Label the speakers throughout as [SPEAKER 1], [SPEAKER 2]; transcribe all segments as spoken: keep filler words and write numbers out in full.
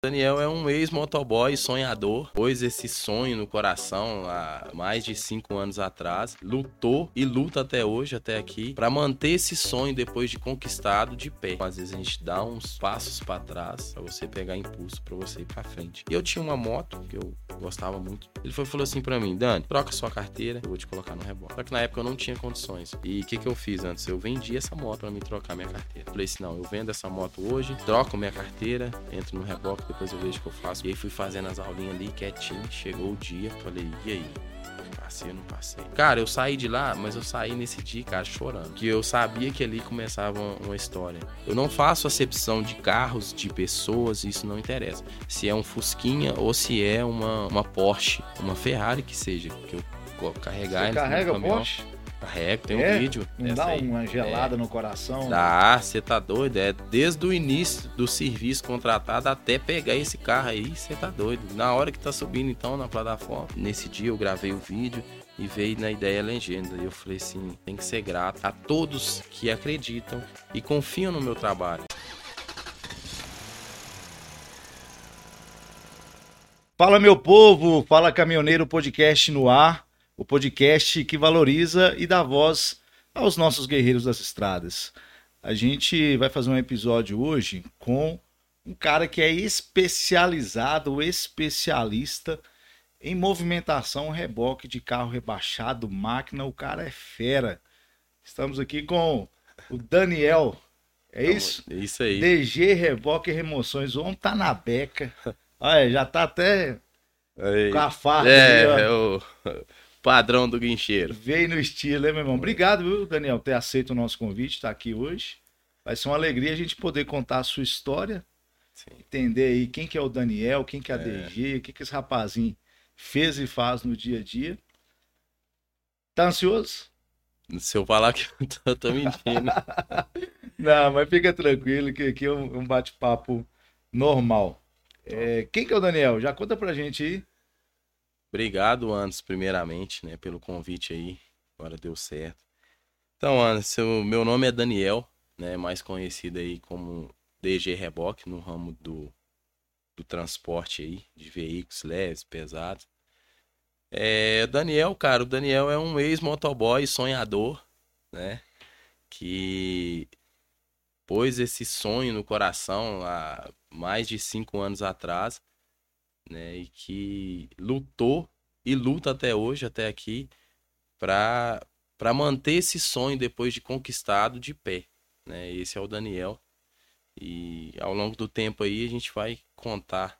[SPEAKER 1] Daniel é um ex-motoboy sonhador, pôs esse sonho no coração há mais de cinco anos atrás, lutou e luta até hoje, até aqui, para manter esse sonho depois de conquistado de pé. Às vezes a gente dá uns passos para trás para você pegar impulso para você ir para frente. E eu tinha uma moto que eu gostava muito. Ele foi, falou assim para mim: Dani, troca sua carteira, eu vou te colocar no reboque. Só que na época eu não tinha condições. E o que que eu fiz antes? Eu vendi essa moto para me trocar minha carteira. Falei assim: não, eu vendo essa moto hoje, troco minha carteira, entro no reboque, depois eu vejo o que eu faço. E aí fui fazendo as aulinhas ali, quietinho. Chegou o dia, falei: e aí? Passei ou não passei? Cara, eu saí de lá, mas eu saí nesse dia, cara, chorando. Que eu sabia que ali começava uma história. Eu não faço acepção de carros, de pessoas, isso não interessa. Se é um Fusquinha ou se é uma, uma Porsche, uma Ferrari que seja, que eu carregar...
[SPEAKER 2] Você carrega o Porsche?
[SPEAKER 1] Carrego, tem
[SPEAKER 2] é?
[SPEAKER 1] um vídeo.
[SPEAKER 2] Não dá aí. Uma gelada é. no coração?
[SPEAKER 1] Dá, você tá doido. É desde o início do serviço contratado até pegar esse carro aí, você tá doido. Na hora que tá subindo então na plataforma, nesse dia eu gravei o vídeo e veio na ideia a legenda. E eu falei assim: tem que ser grato a todos que acreditam e confiam no meu trabalho.
[SPEAKER 2] Fala, meu povo, fala Caminhoneiro Podcast no ar. O podcast que valoriza e dá voz aos nossos guerreiros das estradas. A gente vai fazer um episódio hoje com um cara que é especializado, especialista em movimentação reboque de carro rebaixado, máquina. O cara é fera. Estamos aqui com o Daniel. É
[SPEAKER 1] então,
[SPEAKER 2] isso?
[SPEAKER 1] É isso aí.
[SPEAKER 2] D G Reboque e Remoções. O homem tá na beca. Olha, já tá até
[SPEAKER 1] aí.
[SPEAKER 2] com a farda.
[SPEAKER 1] É,
[SPEAKER 2] ali,
[SPEAKER 1] é o... padrão do guincheiro.
[SPEAKER 2] Veio no estilo, hein, meu irmão? Obrigado, viu, Daniel, por ter aceito o nosso convite, estar aqui hoje. Vai ser uma alegria a gente poder contar a sua história, Sim. entender aí quem que é o Daniel, quem que é a é. D G, o que que esse rapazinho fez e faz no dia a dia. Tá ansioso?
[SPEAKER 1] Se eu falar que eu tô, eu tô mentindo.
[SPEAKER 2] Não, mas fica tranquilo que aqui é um bate-papo normal. É, quem que é o Daniel? Já conta pra gente aí.
[SPEAKER 1] Obrigado, Anderson, primeiramente, né, pelo convite aí. Agora deu certo. Então, Anderson, meu nome é Daniel, né, mais conhecido aí como D G Reboque, no ramo do, do transporte aí, de veículos leves, pesados. É, Daniel, cara, o Daniel é um ex-motoboy sonhador, né, que pôs esse sonho no coração há mais de cinco anos atrás, né, e que lutou e luta até hoje, até aqui, para para manter esse sonho depois de conquistado de pé, né? Esse é o Daniel. E ao longo do tempo aí a gente vai contar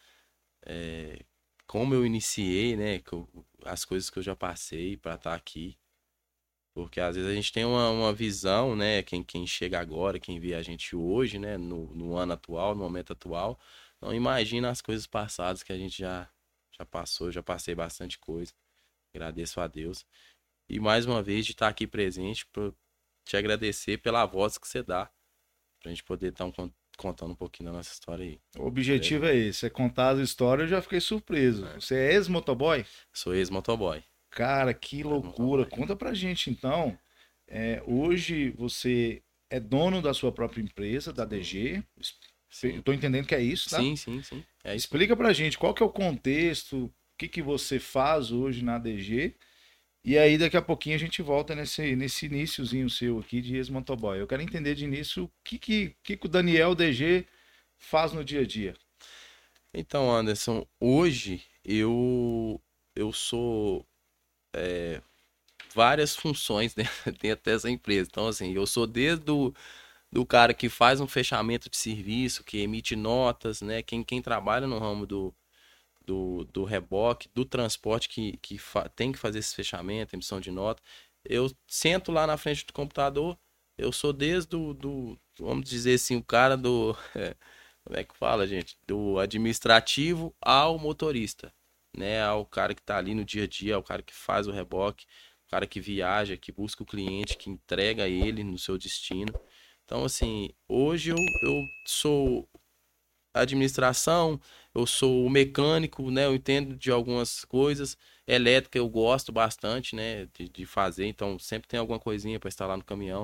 [SPEAKER 1] é, como eu iniciei, né, as coisas que eu já passei para estar aqui. Porque às vezes a gente tem uma, uma visão, né, quem, quem chega agora, quem vê a gente hoje, né, no, no ano atual, no momento atual, não imagina as coisas passadas que a gente já, já passou, já passei bastante coisa. Agradeço a Deus. E mais uma vez de estar aqui presente para te agradecer pela voz que você dá. Pra gente poder estar um, contando um pouquinho da nossa história aí.
[SPEAKER 2] O objetivo é, é esse, é contar as histórias. Eu já fiquei surpreso. É. Você é ex-motoboy?
[SPEAKER 1] Sou ex-motoboy.
[SPEAKER 2] Cara, que loucura. Conta pra gente então. É, hoje você é dono da sua própria empresa, da D G. Sim. Eu tô entendendo que é isso, tá?
[SPEAKER 1] Sim, sim, sim. É isso.
[SPEAKER 2] Explica pra gente qual que é o contexto, o que, que você faz hoje na D G. E aí daqui a pouquinho a gente volta nesse, nesse iniciozinho seu aqui de ex-motoboy. Eu quero entender de início o que, que, que, que o Daniel D G faz no dia a dia.
[SPEAKER 1] Então, Anderson, hoje eu, eu sou é, várias funções, né? Dentro dessa empresa. Então, assim, eu sou desde o do cara que faz um fechamento de serviço, que emite notas, né? Quem, quem trabalha no ramo do, do, do reboque, do transporte, que, que fa- tem que fazer esse fechamento, emissão de nota. Eu sento lá na frente do computador, eu sou desde o, do, vamos dizer assim, o cara do, é, como é que fala, gente? Do administrativo ao motorista, né? Ao cara que tá ali no dia a dia, ao cara que faz o reboque, o cara que viaja, que busca o cliente, que entrega ele no seu destino. Então, assim, hoje eu, eu sou administração, eu sou mecânico, né? Eu entendo de algumas coisas. Elétrica eu gosto bastante, né? De, de fazer, então sempre tem alguma coisinha para instalar no caminhão.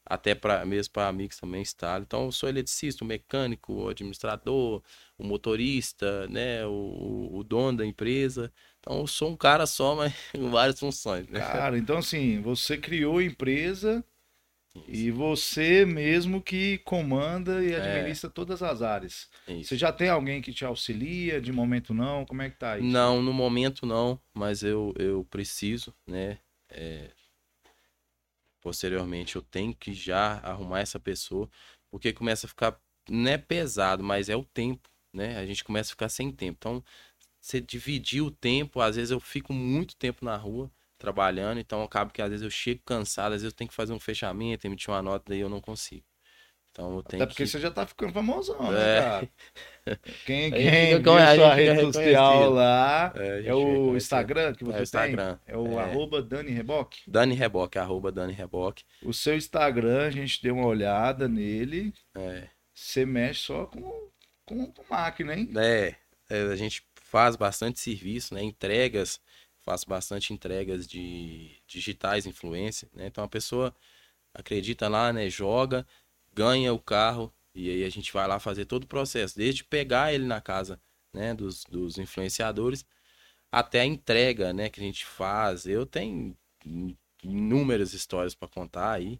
[SPEAKER 1] até para mesmo para amigos também instalo. Então, eu sou eletricista, o mecânico, o administrador, o motorista, né, o, o dono da empresa. Então, eu sou um cara só, mas com várias funções, né?
[SPEAKER 2] Cara, então assim, você criou a empresa
[SPEAKER 1] Isso.
[SPEAKER 2] e você mesmo que comanda e
[SPEAKER 1] É,
[SPEAKER 2] administra todas as áreas. Você
[SPEAKER 1] isso.
[SPEAKER 2] já tem alguém que te auxilia? De momento não? Como é que tá isso aí?
[SPEAKER 1] Não, no momento não, mas eu, eu preciso, né? É, posteriormente eu tenho que já arrumar essa pessoa, porque começa a ficar, não é pesado, mas é o tempo, né? A gente começa a ficar sem tempo. Então, você dividir o tempo, às vezes eu fico muito tempo na rua trabalhando, então acaba que às vezes eu chego cansado, às vezes eu tenho que fazer um fechamento, emitir uma nota, daí eu não consigo. Então eu
[SPEAKER 2] Até
[SPEAKER 1] tenho
[SPEAKER 2] porque
[SPEAKER 1] que.
[SPEAKER 2] você já tá ficando famosão, né,
[SPEAKER 1] É,
[SPEAKER 2] cara? Quem,
[SPEAKER 1] a gente fica,
[SPEAKER 2] quem
[SPEAKER 1] com-
[SPEAKER 2] viu
[SPEAKER 1] a
[SPEAKER 2] sua
[SPEAKER 1] gente fica
[SPEAKER 2] rede social
[SPEAKER 1] reconhecido.
[SPEAKER 2] lá
[SPEAKER 1] É, a
[SPEAKER 2] é
[SPEAKER 1] gente fica
[SPEAKER 2] o
[SPEAKER 1] reconhecido.
[SPEAKER 2] Instagram que
[SPEAKER 1] É o
[SPEAKER 2] você tem?
[SPEAKER 1] Instagram.
[SPEAKER 2] É o
[SPEAKER 1] É.
[SPEAKER 2] arroba Dani Reboque?
[SPEAKER 1] Dani Reboque, arroba Dani Reboque.
[SPEAKER 2] O seu Instagram, a gente deu uma olhada nele.
[SPEAKER 1] É.
[SPEAKER 2] Você mexe só com, com, com máquina, hein?
[SPEAKER 1] É, é, a gente faz bastante serviço, né? Entregas, faço bastante entregas de digitais influencer, né? Então a pessoa acredita lá, né? Joga, ganha o carro e aí a gente vai lá fazer todo o processo, desde pegar ele na casa, né? Dos, dos influenciadores até a entrega, né? Que a gente faz. Eu tenho inúmeras histórias para contar aí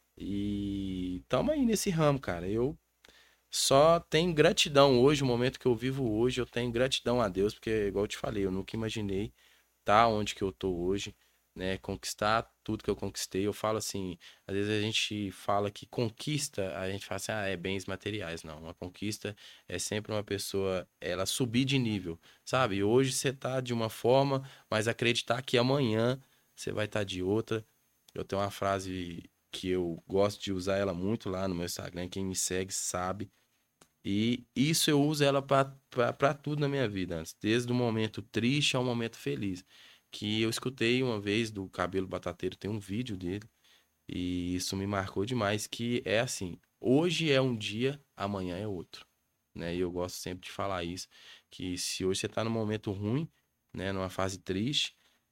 [SPEAKER 1] e tamo aí nesse ramo, cara. Eu só tenho gratidão hoje, o momento que eu vivo hoje, eu tenho gratidão a Deus, porque, igual eu te falei, eu nunca imaginei estar onde que eu tô hoje, né? Conquistar tudo que eu conquistei. Eu falo assim, às vezes a gente fala que conquista, a gente fala assim, ah, é bens materiais. Não, uma conquista é sempre uma pessoa, ela subir de nível, sabe? Hoje você tá de uma forma, mas acreditar que amanhã você vai estar de outra. Eu tenho uma frase que eu gosto de usar ela muito lá no meu Instagram, quem me segue sabe e isso eu uso ela para tudo na minha vida, antes, desde o momento triste ao momento feliz. Que eu escutei uma vez do Cabelo Batateiro, tem um vídeo dele, e isso me marcou demais, que é assim, hoje é um dia, amanhã é outro, né? E eu gosto sempre de falar isso, que se hoje você tá num momento ruim, né, numa fase triste,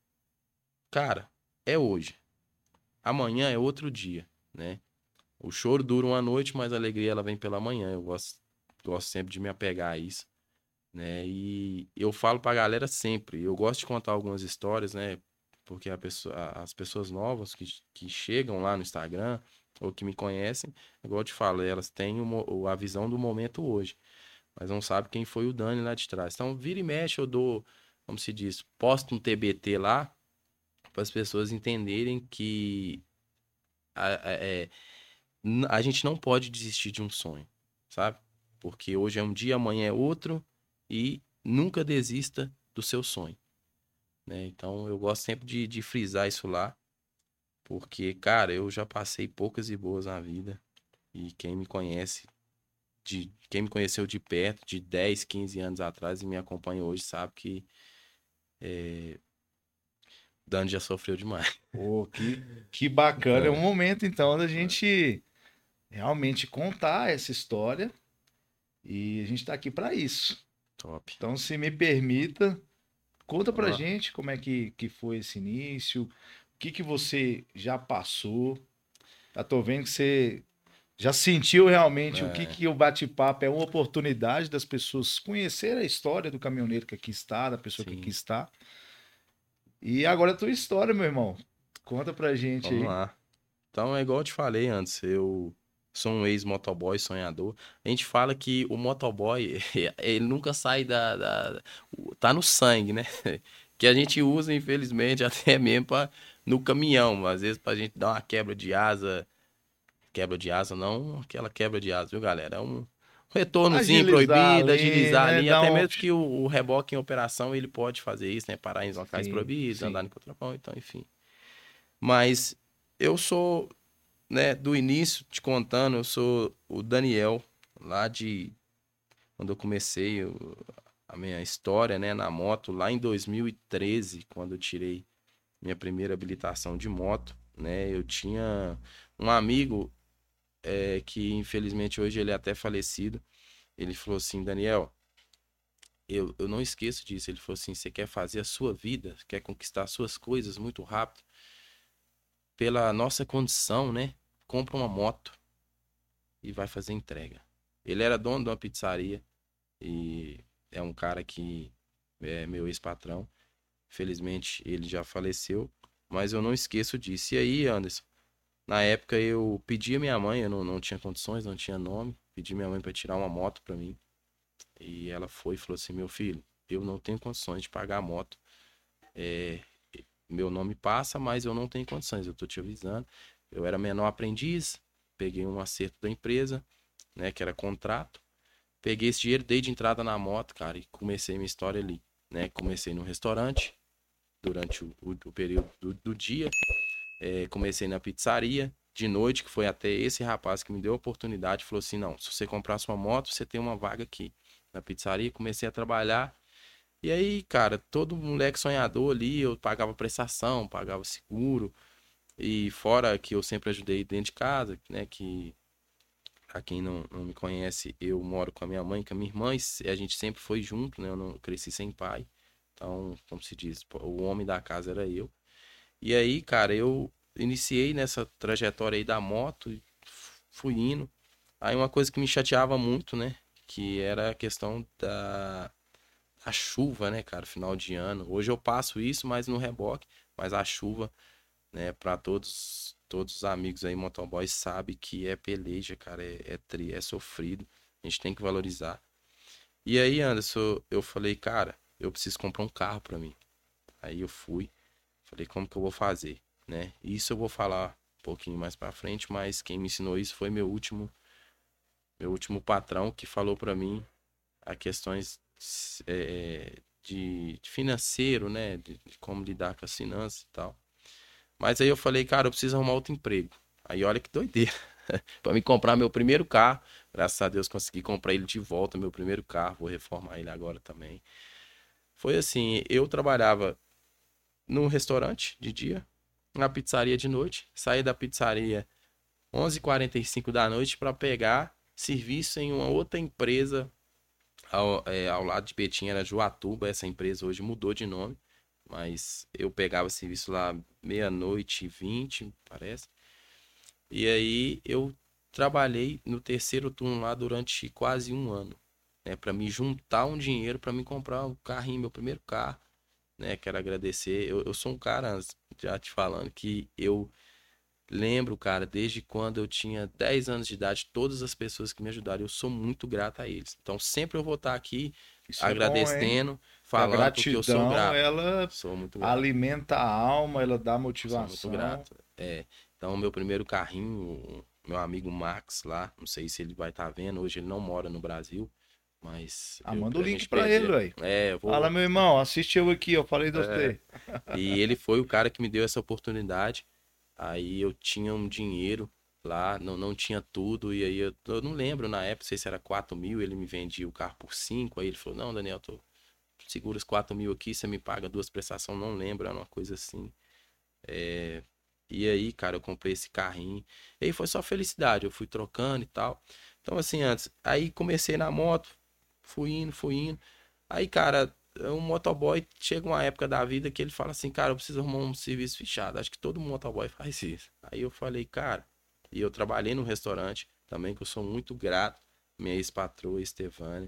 [SPEAKER 1] cara, é hoje. Amanhã é outro dia, né? O choro dura uma noite, mas a alegria ela vem pela manhã. Eu gosto, gosto sempre de me apegar a isso, né? E eu falo pra galera sempre, eu gosto de contar algumas histórias, né? Porque a pessoa, a- as pessoas novas que, que chegam lá no Instagram ou que me conhecem, igual eu te falo, elas têm o mo- o- a visão do momento hoje, mas não sabem quem foi o Dani lá de trás. Então, vira e mexe, eu dou, como se diz, posto um T B T lá para as pessoas entenderem que a, a- é, n- a gente não pode desistir de um sonho, sabe? Porque hoje é um dia, amanhã é outro e nunca desista do seu sonho, né? Então eu gosto sempre de, de frisar isso lá, porque, cara, eu já passei poucas e boas na vida e quem me conhece, de, quem me conheceu de perto, de dez, quinze anos atrás e me acompanha hoje, sabe que Dani já sofreu demais.
[SPEAKER 2] Pô, que, que bacana. É um
[SPEAKER 1] É,
[SPEAKER 2] momento, então, da
[SPEAKER 1] é,
[SPEAKER 2] gente realmente contar essa história e a gente está aqui para isso.
[SPEAKER 1] top.
[SPEAKER 2] Então, se me permita, conta pra
[SPEAKER 1] Ó,
[SPEAKER 2] gente como é que, que foi esse início, o que que você já passou. Eu tô vendo que você já sentiu realmente o que
[SPEAKER 1] é,
[SPEAKER 2] que o bate-papo é uma oportunidade das pessoas conhecer a história do caminhoneiro que aqui está, da pessoa que aqui
[SPEAKER 1] sim,
[SPEAKER 2] está. E agora a tua história, meu irmão. Conta pra gente
[SPEAKER 1] vamos
[SPEAKER 2] aí.
[SPEAKER 1] lá. Então é igual eu te falei antes, eu sou um ex-motoboy sonhador. A gente fala que o motoboy, ele nunca sai da, da- o- tá no sangue, né? Que a gente usa, infelizmente, até mesmo pra, no caminhão, às vezes pra gente dar uma quebra de asa, quebra de asa não, aquela quebra de asa, viu, galera? É um retornozinho
[SPEAKER 2] Agilizar
[SPEAKER 1] proibido,
[SPEAKER 2] ali,
[SPEAKER 1] agilizar
[SPEAKER 2] né?
[SPEAKER 1] ali,
[SPEAKER 2] Dar
[SPEAKER 1] até
[SPEAKER 2] um.
[SPEAKER 1] mesmo que o, o reboque em operação, ele pode fazer isso, né? Parar em locais
[SPEAKER 2] Sim,
[SPEAKER 1] proibidos, andar
[SPEAKER 2] sim.
[SPEAKER 1] em contramão, então, enfim. Mas eu sou, né, do início te contando, eu sou o Daniel, lá de quando eu comecei o- a minha história, né, na moto, lá em dois mil e treze, quando eu tirei minha primeira habilitação de moto, né, eu tinha um amigo é, que infelizmente hoje ele é até falecido, ele falou assim, Daniel, eu, eu não esqueço disso, ele falou assim, você quer fazer a sua vida, quer conquistar suas coisas muito rápido, pela nossa condição, né? compra uma moto e vai fazer entrega. Ele era dono de uma pizzaria e é um cara que é meu ex-patrão. Felizmente ele já faleceu, mas eu não esqueço disso. E aí, Anderson, na época eu pedi a minha mãe, eu não, não tinha condições, não tinha nome, pedi minha mãe para tirar uma moto para mim. E ela foi e falou assim: meu filho, eu não tenho condições de pagar a moto. É, meu nome passa, mas eu não tenho condições, eu tô te avisando. Eu era menor aprendiz, peguei um acerto da empresa, né, que era contrato. Peguei esse dinheiro, dei de entrada na moto, cara, e comecei minha história ali, né? Comecei no restaurante durante o, o, o período do, do dia. É, comecei na pizzaria de noite, que foi até esse rapaz que me deu a oportunidade, falou assim: não, se você comprar sua moto, você tem uma vaga aqui na pizzaria. Comecei a trabalhar. E aí, cara, todo moleque sonhador ali, eu pagava prestação, pagava seguro. E fora que eu sempre ajudei dentro de casa, né? Que, pra quem não, não me conhece, eu moro com a minha mãe, com a minha irmã, e a gente sempre foi junto, né? Eu não cresci sem pai. Então, como se diz, o homem da casa era eu. E aí, cara, eu iniciei nessa trajetória aí da moto, e fui indo. Aí uma coisa que me chateava muito, né? Que era a questão da a chuva, né, cara, final de ano. Hoje eu passo isso, mas no reboque, mas a chuva, né, para todos todos os amigos aí motoboys sabe que é peleja, cara, é, é tri, é sofrido. A gente tem que valorizar. E aí, Anderson, eu falei, cara, eu preciso comprar um carro para mim. Aí eu fui, falei, como que eu vou fazer, né? Isso eu vou falar um pouquinho mais para frente, mas quem me ensinou isso foi meu último meu último patrão que falou para mim a questões é, de, de financeiro, né? De, de como lidar com as finanças e tal. Mas aí eu falei, cara, eu preciso arrumar outro emprego. Aí olha que doideira. Para me comprar meu primeiro carro. Graças a Deus consegui comprar ele de volta, meu primeiro carro. Vou reformar ele agora também. Foi assim, eu trabalhava num restaurante de dia, na pizzaria de noite. Saí da pizzaria onze e quarenta e cinco da noite para pegar serviço em uma outra empresa ao, é, ao lado de Betim, era Joatuba. Essa empresa hoje mudou de nome, mas eu pegava serviço lá meia-noite e vinte, parece. E aí eu trabalhei no terceiro turno lá durante quase um ano, né, para me juntar um dinheiro para me comprar um carrinho, meu primeiro carro, né? Quero agradecer. Eu, eu sou um cara, já te falando, que eu lembro, cara, desde quando eu tinha dez anos de idade, todas as pessoas que me ajudaram, eu sou muito grato a eles. Então sempre eu vou estar aqui
[SPEAKER 2] Isso é bom, hein?
[SPEAKER 1] agradecendo,
[SPEAKER 2] Que a
[SPEAKER 1] falando porque eu sou
[SPEAKER 2] gratidão,
[SPEAKER 1] grato.
[SPEAKER 2] ela
[SPEAKER 1] Sou muito grato.
[SPEAKER 2] alimenta a alma, ela dá
[SPEAKER 1] Sou muito
[SPEAKER 2] motivação.
[SPEAKER 1] grato. É, então meu primeiro carrinho, meu amigo Max lá, não sei se ele vai estar vendo, hoje ele não mora no Brasil, mas
[SPEAKER 2] Ah,
[SPEAKER 1] eu,
[SPEAKER 2] manda o
[SPEAKER 1] a
[SPEAKER 2] link
[SPEAKER 1] gente
[SPEAKER 2] pra ele,
[SPEAKER 1] perdia.
[SPEAKER 2] velho.
[SPEAKER 1] É, eu
[SPEAKER 2] Fala,
[SPEAKER 1] vou.
[SPEAKER 2] meu irmão, assiste eu aqui, eu falei de
[SPEAKER 1] É,
[SPEAKER 2] você.
[SPEAKER 1] e ele foi o cara que me deu essa oportunidade. Aí eu tinha um dinheiro lá, não, não tinha tudo, e aí eu, eu não lembro na época, não sei se era quatro mil, ele me vendia o carro por cinco. Aí ele falou: não, Daniel, tô, segura os quatro mil aqui, você me paga duas prestações, não lembro, era uma coisa assim. É, e aí, cara, eu comprei esse carrinho. E aí foi só felicidade, eu fui trocando e tal. Então, assim, antes, aí comecei na moto, fui indo, fui indo. Aí, cara, um motoboy chega uma época da vida que ele fala assim, cara, eu preciso arrumar um serviço fechado. Acho que todo motoboy faz isso. Aí eu falei, cara, e eu trabalhei num restaurante também, que eu sou muito grato. Minha ex-patroa, Estevane,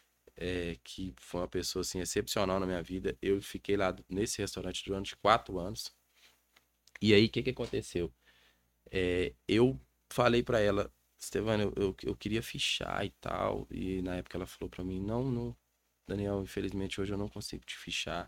[SPEAKER 1] é, que foi uma pessoa assim excepcional na minha vida. Eu fiquei lá nesse restaurante durante quatro anos. E aí, o que que aconteceu? É, eu falei pra ela, Stefano, eu, eu, eu queria fichar e tal. E na época ela falou pra mim, não, não, Daniel, infelizmente hoje eu não consigo te fichar.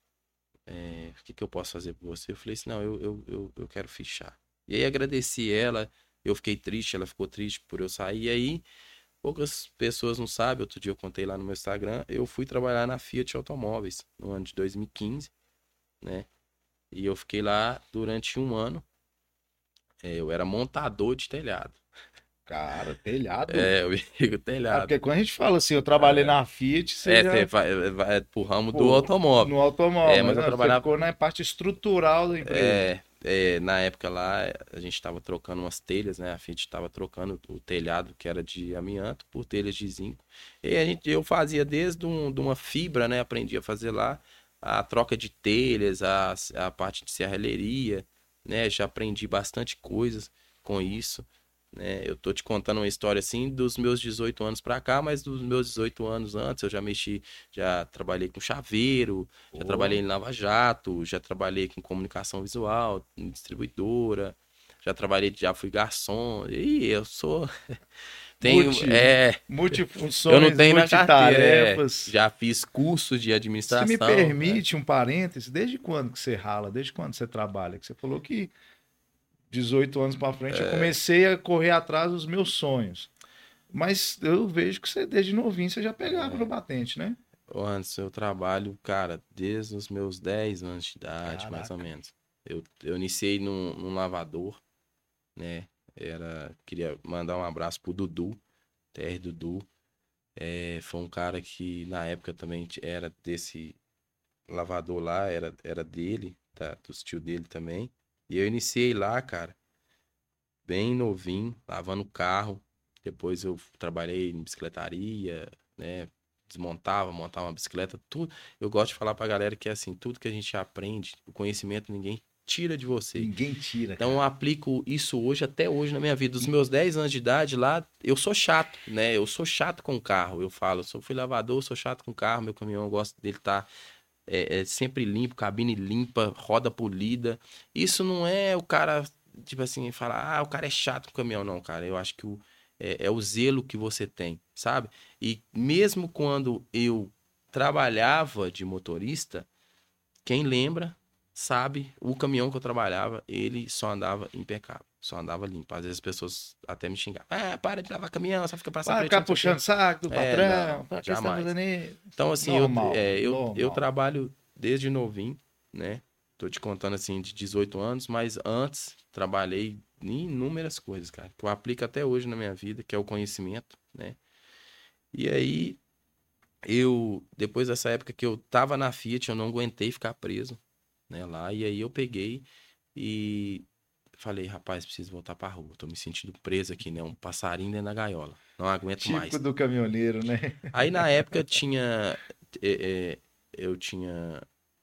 [SPEAKER 1] É, o que que eu posso fazer por você? Eu falei assim, não, eu, eu, eu, eu quero fichar. E aí agradeci ela, eu fiquei triste, ela ficou triste por eu sair. E aí, poucas pessoas não sabem, outro dia eu contei lá no meu Instagram, eu fui trabalhar na Fiat Automóveis no ano de dois mil e quinze, né? E eu fiquei lá durante um ano. É, eu era montador de telhado.
[SPEAKER 2] Cara, telhado.
[SPEAKER 1] É, eu digo
[SPEAKER 2] Ah,
[SPEAKER 1] telhado.
[SPEAKER 2] porque quando a gente fala assim, eu trabalhei na Fiat, você
[SPEAKER 1] É, você
[SPEAKER 2] já,
[SPEAKER 1] vai, vai pro ramo do
[SPEAKER 2] pô,
[SPEAKER 1] automóvel.
[SPEAKER 2] no automóvel,
[SPEAKER 1] É,
[SPEAKER 2] mas
[SPEAKER 1] mas eu
[SPEAKER 2] não, você
[SPEAKER 1] trabalhava.
[SPEAKER 2] ficou na parte estrutural da empresa.
[SPEAKER 1] É, é, na época lá, a gente tava trocando umas telhas, né? A Fiat tava trocando o telhado, que era de amianto, por telhas de zinco. E a gente, eu fazia desde um, de uma fibra, né? Aprendi a fazer lá a troca de telhas, a, a parte de serralheria, né? Já aprendi bastante coisas. com isso, né? Eu tô te contando uma história assim dos meus dezoito anos pra cá, mas dos meus dezoito anos antes eu já mexi, já trabalhei com chaveiro, já
[SPEAKER 2] Pô.
[SPEAKER 1] trabalhei em Lava Jato, já trabalhei com comunicação visual, em distribuidora, já trabalhei, já fui garçom, e eu sou tenho,
[SPEAKER 2] Multi,
[SPEAKER 1] é, eu não
[SPEAKER 2] multifunções,
[SPEAKER 1] tenho na carteira, é,
[SPEAKER 2] multitarefas.
[SPEAKER 1] já fiz cursos de
[SPEAKER 2] Se me
[SPEAKER 1] administração, né?
[SPEAKER 2] permite um parêntese, desde quando que você rala? Desde quando você trabalha? Que você falou que dezoito anos para frente eu comecei a correr atrás dos meus sonhos. Mas eu vejo que você desde novinho você já pegava no batente, né?
[SPEAKER 1] Ô, Anderson, eu trabalho, cara, desde os meus dez anos de idade, mais ou
[SPEAKER 2] Caraca.
[SPEAKER 1] menos. Eu, eu iniciei num, num lavador, né? Era, queria mandar um abraço pro Dudu, T R Dudu. É, foi um cara que na época também t- era desse lavador lá, era, era dele, tá? Dos tio dele também. E eu iniciei lá, cara, bem novinho, lavando carro. Depois eu trabalhei em bicicletaria, né? Desmontava, montava uma bicicleta, tudo. Eu gosto de falar pra galera que é assim, tudo que a gente aprende, o conhecimento ninguém tira de você.
[SPEAKER 2] Ninguém tira,
[SPEAKER 1] Então eu
[SPEAKER 2] cara.
[SPEAKER 1] aplico isso hoje, até hoje na minha vida. Dos meus dez anos de idade lá, eu sou chato, né? Eu sou chato com carro. Eu falo, eu sou fui lavador, eu sou chato com carro, meu caminhão eu gosto dele estar é, é sempre limpo, cabine limpa, roda polida. Isso não é o cara, tipo assim, falar, ah, o cara é chato com o caminhão, não, cara. Eu acho que o, é, é o zelo que você tem, sabe? E mesmo quando eu trabalhava de motorista, quem lembra, sabe, o caminhão que eu trabalhava, ele só andava impecável, só andava limpo. Às vezes as pessoas até me xingavam. Ah, para de lavar caminhão, só fica passando
[SPEAKER 2] Vai
[SPEAKER 1] pretinho,
[SPEAKER 2] ficar
[SPEAKER 1] não sei o quê.
[SPEAKER 2] puxando saco do
[SPEAKER 1] É, não,
[SPEAKER 2] patrão. Pra que você tá
[SPEAKER 1] jamais.
[SPEAKER 2] fazendo isso?
[SPEAKER 1] Então, assim, eu,
[SPEAKER 2] Normal,
[SPEAKER 1] é, eu, eu
[SPEAKER 2] normal.
[SPEAKER 1] trabalho desde novinho, né? Tô te contando, assim, de dezoito anos, mas antes trabalhei em inúmeras coisas, cara, que eu aplico até hoje na minha vida, que é o conhecimento, né? E aí, eu, depois dessa época que eu tava na Fiat, eu não aguentei ficar preso, né, lá, e aí eu peguei e falei, rapaz, preciso voltar pra rua, tô me sentindo preso aqui, né, um passarinho dentro da gaiola, não aguento
[SPEAKER 2] Típico
[SPEAKER 1] mais.
[SPEAKER 2] do caminhoneiro, né?
[SPEAKER 1] Aí na época tinha, é, é, eu tinha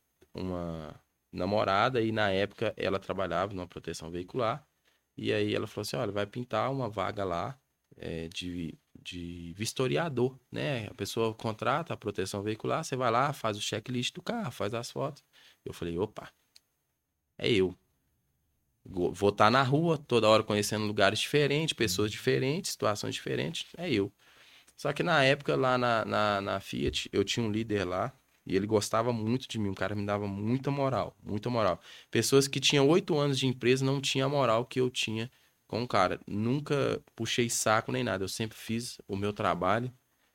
[SPEAKER 1] uma namorada e na época ela trabalhava numa proteção veicular, e aí ela falou assim, olha, vai pintar uma vaga lá é, de, de vistoriador, né? A pessoa contrata a proteção veicular, você vai lá, faz o checklist do carro, faz as fotos. Eu falei, opa, é eu. Go- Vou estar na rua, toda hora conhecendo lugares diferentes, pessoas diferentes, situações diferentes, é eu. Só que na época, lá na, na, na Fiat, eu tinha um líder lá, e ele gostava muito de mim, o cara me dava muita moral, muita moral. Pessoas que tinham oito anos de empresa não tinham a moral que eu tinha com o cara. Nunca puxei saco nem nada, eu sempre fiz o meu trabalho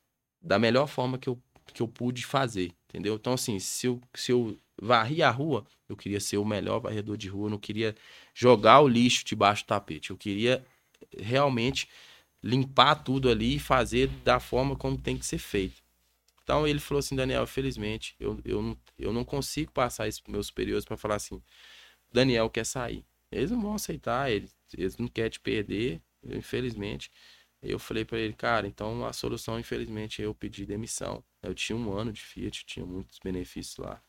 [SPEAKER 1] da melhor forma que eu, que eu pude fazer, entendeu? Então, assim, se eu, se eu varri a rua, eu queria ser o melhor varredor de rua, eu não queria jogar o lixo debaixo do tapete, eu queria realmente limpar tudo ali e fazer da forma como tem que ser feito. Então ele falou assim, Daniel, felizmente, eu, eu, não, eu não consigo passar isso para meus superiores para falar assim, Daniel quer sair. Eles não vão aceitar, eles, eles não querem te perder, infelizmente. Eu falei para ele, cara, então a solução, infelizmente, é eu pedir demissão. Eu tinha um ano de Fiat, tinha muitos benefícios lá.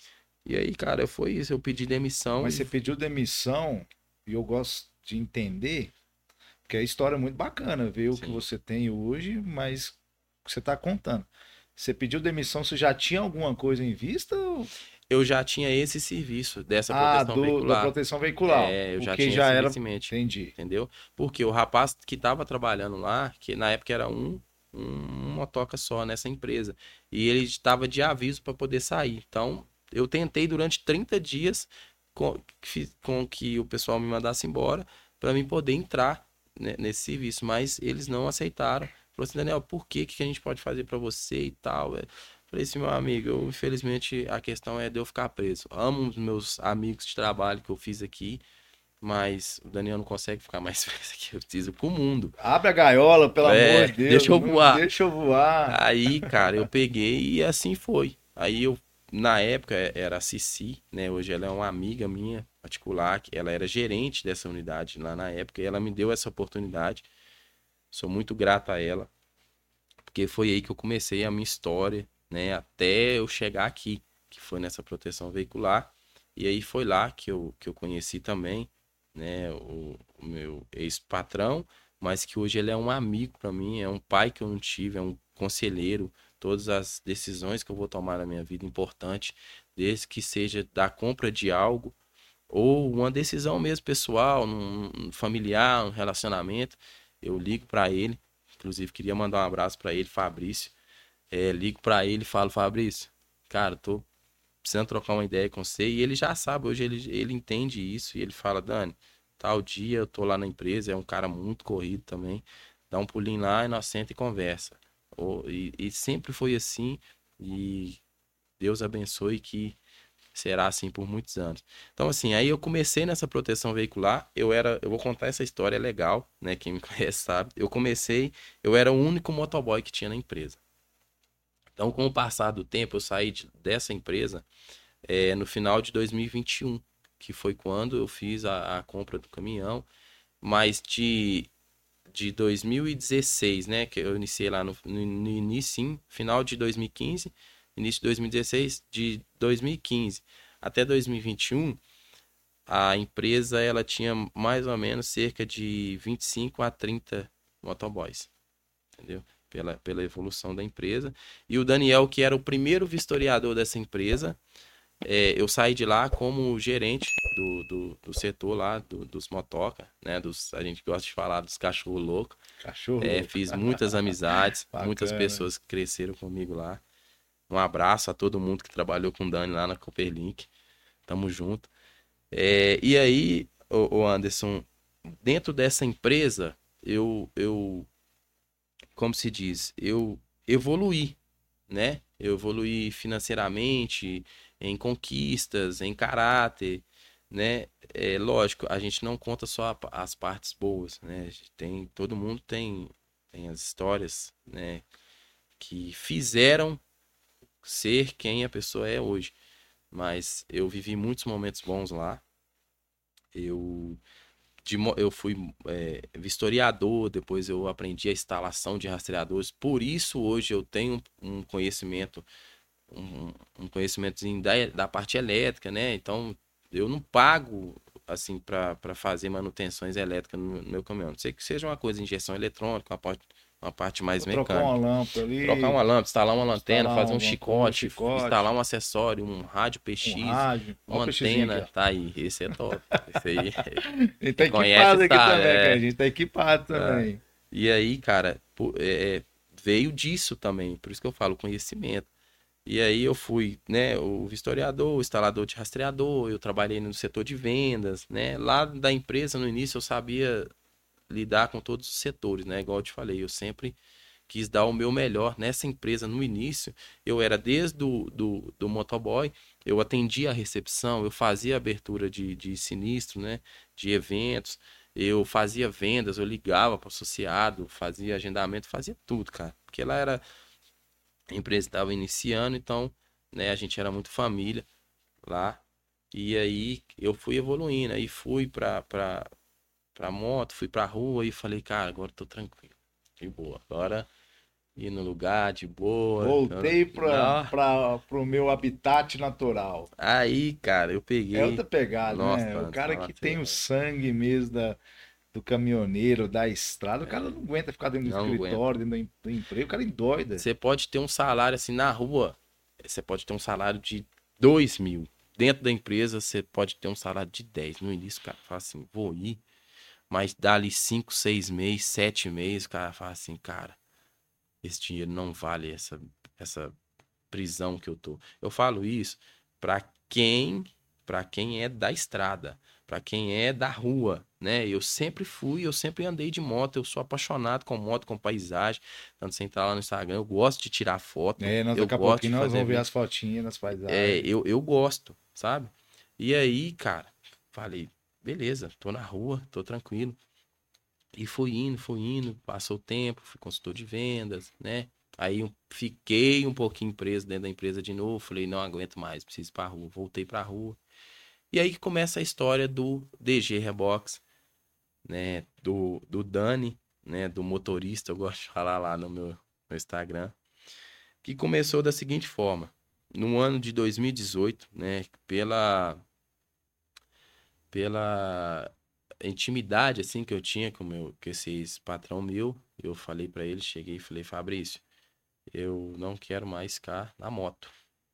[SPEAKER 1] E aí, cara, foi isso, eu pedi demissão
[SPEAKER 2] Mas
[SPEAKER 1] e
[SPEAKER 2] você pediu demissão e eu gosto de entender, porque a história é muito bacana, ver o que
[SPEAKER 1] sim.
[SPEAKER 2] você tem hoje, mas o que você está contando. Você pediu demissão, você já tinha alguma coisa em vista? ou-
[SPEAKER 1] Eu já tinha esse serviço dessa
[SPEAKER 2] Ah,
[SPEAKER 1] proteção
[SPEAKER 2] do, da
[SPEAKER 1] veicular.
[SPEAKER 2] proteção veicular.
[SPEAKER 1] É, eu já
[SPEAKER 2] Porque
[SPEAKER 1] tinha
[SPEAKER 2] já
[SPEAKER 1] esse
[SPEAKER 2] era.
[SPEAKER 1] serviço em mente,
[SPEAKER 2] Entendi.
[SPEAKER 1] entendeu? Porque o rapaz que estava trabalhando lá, que na época era um, um- uma toca só nessa empresa, e ele estava de aviso para poder sair. Então, eu tentei durante trinta dias com, que- com que o pessoal me mandasse embora para mim poder entrar, né, nesse serviço, mas eles não aceitaram. Falou assim, Daniel, por que que a gente pode fazer para você e tal? É, falei assim, meu amigo, eu, infelizmente a questão é de eu ficar preso. Amo os meus amigos de trabalho que eu fiz aqui, mas o Daniel não consegue ficar mais preso aqui. Eu preciso ir pro mundo.
[SPEAKER 2] Abre a gaiola, pelo amor
[SPEAKER 1] É,
[SPEAKER 2] de Deus.
[SPEAKER 1] deixa eu
[SPEAKER 2] Não
[SPEAKER 1] voar.
[SPEAKER 2] deixa eu voar.
[SPEAKER 1] Aí, cara, eu peguei e assim foi. Aí eu, na época, era a Cici, né? Hoje ela é uma amiga minha particular, que ela era gerente dessa unidade lá na época, e ela me deu essa oportunidade. Sou muito grato a ela, porque foi aí que eu comecei a minha história, né? Até eu chegar aqui, que foi nessa proteção veicular. E aí foi lá que eu, que eu conheci também, né, o, o meu ex-patrão, mas que hoje ele é um amigo para mim, é um pai que eu não tive, é um conselheiro. Todas as decisões que eu vou tomar na minha vida, importante, desde que seja da compra de algo ou uma decisão mesmo pessoal, num, num familiar, um relacionamento, eu ligo para ele. Inclusive, queria mandar um abraço para ele, Fabrício. É, ligo para ele e falo, Fabrício, cara, tô precisando trocar uma ideia com você. E ele já sabe, hoje ele, ele entende isso. E ele fala, Dani, tal dia eu tô lá na empresa, é um cara muito corrido também. Dá um pulinho lá e nós senta e conversa. Ou- E, e sempre foi assim. E Deus abençoe que será assim por muitos anos. Então, assim, aí eu comecei nessa proteção veicular. Eu era, eu vou contar essa história, é legal, né? Quem me conhece sabe. Eu comecei, eu era o único motoboy que tinha na empresa. Então, com o passar do tempo, eu saí de- dessa empresa é, no final de dois mil e vinte e um, que foi quando eu fiz a, a compra do caminhão. Mas de, de dois mil e dezesseis, né? Que eu iniciei lá no, no, no início, sim, final de dois mil e quinze, início de dois mil e dezesseis, de dois mil e quinze até dois mil e vinte e um, a empresa ela tinha mais ou menos cerca de vinte e cinco a trinta motoboys, entendeu? Pela, pela evolução da empresa. E o Daniel, que era o primeiro vistoriador dessa empresa, é, eu saí de lá como gerente do, do, do setor lá, do- dos motoca, né? Dos, a gente gosta de falar dos cachorro louco.
[SPEAKER 2] Cachorro
[SPEAKER 1] É,
[SPEAKER 2] louco.
[SPEAKER 1] fiz muitas amizades, muitas
[SPEAKER 2] Bacana.
[SPEAKER 1] pessoas que cresceram comigo lá. Um abraço a todo mundo que trabalhou com o Dani lá na Cooperlink. Tamo junto. É, e aí, o Anderson, dentro dessa empresa, eu, eu, como se diz, eu evoluí, né? Eu evoluí financeiramente, em conquistas, em caráter, né? É lógico, a gente não conta só a- as partes boas, né? A gente tem, todo mundo tem, tem as histórias, né? Que fizeram ser quem a pessoa é hoje. Mas eu vivi muitos momentos bons lá. Eu de mo- eu fui é, vistoriador, depois eu aprendi a instalação de rastreadores. Por isso hoje eu tenho um conhecimento, um, um conhecimentozinho da, da parte elétrica, né? Então eu não pago assim para para fazer manutenções elétricas no, no meu caminhão. Não sei que seja uma coisa de injeção eletrônica, uma parte, uma parte mais
[SPEAKER 2] Vou trocar uma
[SPEAKER 1] mecânica.
[SPEAKER 2] lâmpada
[SPEAKER 1] Trocar uma
[SPEAKER 2] ali,
[SPEAKER 1] lâmpada, instalar uma lanterna,
[SPEAKER 2] instalar
[SPEAKER 1] fazer um
[SPEAKER 2] alguma coisa, um
[SPEAKER 1] chicote, instalar
[SPEAKER 2] chicote,
[SPEAKER 1] um acessório, um rádio
[SPEAKER 2] um
[SPEAKER 1] P X,
[SPEAKER 2] rádio. Olha o
[SPEAKER 1] uma
[SPEAKER 2] peixezinho aqui,
[SPEAKER 1] antena,
[SPEAKER 2] ó.
[SPEAKER 1] tá aí. Esse é top. Esse aí,
[SPEAKER 2] A gente tá
[SPEAKER 1] quem conhece
[SPEAKER 2] equipado aqui
[SPEAKER 1] sabe,
[SPEAKER 2] também, cara. A
[SPEAKER 1] é.
[SPEAKER 2] gente tá equipado
[SPEAKER 1] Ah,
[SPEAKER 2] também.
[SPEAKER 1] e aí, cara, pô, é, é, veio disso também, por isso que eu falo conhecimento. E aí eu fui, né, o vistoriador, o instalador de rastreador, eu trabalhei no setor de vendas, né? Lá da empresa, no início, eu sabia lidar com todos os setores, né? Igual eu te falei, eu sempre quis dar o meu melhor nessa empresa no início. Eu era desde do, do, do motoboy, eu atendia a recepção, eu fazia abertura de, de sinistro, né? De eventos, eu fazia vendas, eu ligava para o associado, fazia agendamento, fazia tudo, cara. Porque lá era, a empresa estava iniciando, então, né, a gente era muito família lá. E aí eu fui evoluindo, aí fui para para para moto, fui para rua e falei, cara, agora eu tô tranquilo. De boa. Agora ir no lugar de boa.
[SPEAKER 2] Voltei para
[SPEAKER 1] Não.
[SPEAKER 2] para pro meu habitat natural.
[SPEAKER 1] Aí, cara, eu
[SPEAKER 2] É outra
[SPEAKER 1] peguei.
[SPEAKER 2] pegada, né?
[SPEAKER 1] Nossa,
[SPEAKER 2] O
[SPEAKER 1] antes,
[SPEAKER 2] cara
[SPEAKER 1] fala
[SPEAKER 2] que tem o
[SPEAKER 1] sério.
[SPEAKER 2] sangue mesmo da, do caminhoneiro, da estrada, o cara
[SPEAKER 1] É,
[SPEAKER 2] não aguenta ficar dentro do
[SPEAKER 1] não aguenta.
[SPEAKER 2] escritório, dentro do em- do emprego, o cara endoida.
[SPEAKER 1] Você pode ter um salário assim na rua. Você pode ter um salário de dois mil. Dentro da empresa, você pode ter um salário de dez. No início, o cara fala assim, vou ir. Mas dali cinco, seis meses, sete meses, o cara fala assim, cara, esse dinheiro não vale essa, essa prisão que eu tô. Eu falo isso para quem, para quem é da estrada, para quem é da rua, né? Eu sempre fui, eu sempre andei de moto, eu sou apaixonado com moto, com paisagem. Tanto você entrar lá no Instagram, eu gosto de tirar foto,
[SPEAKER 2] É, nós
[SPEAKER 1] eu
[SPEAKER 2] daqui a
[SPEAKER 1] gosto de
[SPEAKER 2] pouquinho nós
[SPEAKER 1] fazer
[SPEAKER 2] vamos ver
[SPEAKER 1] vídeo.
[SPEAKER 2] as fotinhas nas
[SPEAKER 1] É,
[SPEAKER 2] paisagens.
[SPEAKER 1] eu, eu gosto, sabe? E aí, cara, falei, beleza, tô na rua, tô tranquilo. E fui indo, fui indo, passou o tempo, fui consultor de vendas, né? Aí eu fiquei um pouquinho preso dentro da empresa de novo, falei, não aguento mais, preciso ir pra rua. Voltei pra rua. E aí que começa a história do D G Rebox, né? Do, do Dani, né? Do motorista, eu gosto de falar lá no meu, no Instagram. Que começou da seguinte forma. No ano de dois mil e dezoito, né? Pela, pela intimidade, assim, que eu tinha com, meu, com esse ex-patrão meu, eu falei pra ele, cheguei e falei, Fabrício, eu não quero mais ficar na moto.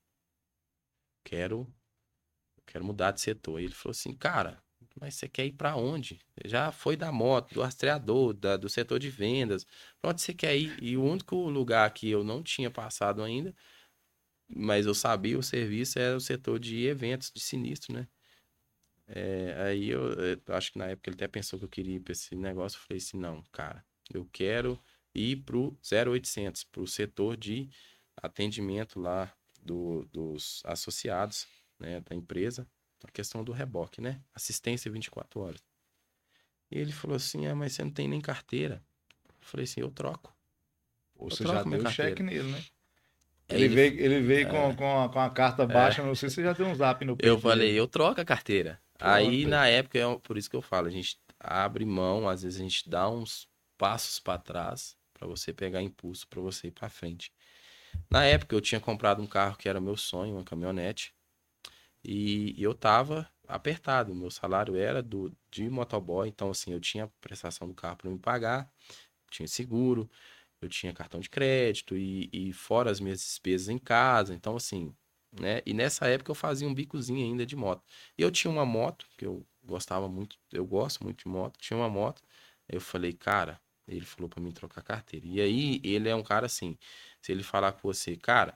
[SPEAKER 1] Quero, quero mudar de setor. E ele falou assim, cara, mas você quer ir pra onde? Já foi da moto, do rastreador, da, do setor de vendas. Pra onde você quer ir? E o único lugar que eu não tinha passado ainda, mas eu sabia o serviço, era o setor de eventos, de sinistro, né? É, aí eu, eu acho que na época ele até pensou que eu queria ir pra esse negócio. Eu falei assim, não, cara, eu quero ir pro zero oitocentos, pro setor de atendimento lá do, dos associados, né, da empresa, a questão do reboque, né? Assistência vinte e quatro horas. E ele falou assim, ah, mas você não tem nem carteira. Eu falei assim, eu troco.
[SPEAKER 2] Ou
[SPEAKER 1] Eu
[SPEAKER 2] você já
[SPEAKER 1] troco minha
[SPEAKER 2] deu
[SPEAKER 1] carteira.
[SPEAKER 2] cheque nele, né?
[SPEAKER 1] Aí
[SPEAKER 2] Ele
[SPEAKER 1] ele,
[SPEAKER 2] veio, ele veio com,
[SPEAKER 1] é,
[SPEAKER 2] com, a, com a carta
[SPEAKER 1] é,
[SPEAKER 2] baixa, não sei se você já deu um zap no
[SPEAKER 1] eu
[SPEAKER 2] peito
[SPEAKER 1] falei,
[SPEAKER 2] dele.
[SPEAKER 1] eu troco a carteira. Aí,
[SPEAKER 2] Pronto.
[SPEAKER 1] na época, é por isso que eu falo, a gente abre mão, às vezes a gente dá uns passos para trás para você pegar impulso, para você ir para frente. Na época, eu tinha comprado um carro que era meu sonho, uma caminhonete, e eu tava apertado. Meu salário era do de motoboy, então assim, eu tinha prestação do carro para me pagar, tinha seguro, eu tinha cartão de crédito e, e fora as minhas despesas em casa, então assim, né? E nessa época eu fazia um bicozinho ainda de moto. E eu tinha uma moto que eu gostava muito, eu gosto muito de moto, tinha uma moto. Eu falei, cara, ele falou para mim trocar carteira. E aí ele é um cara assim, se ele falar com você, cara,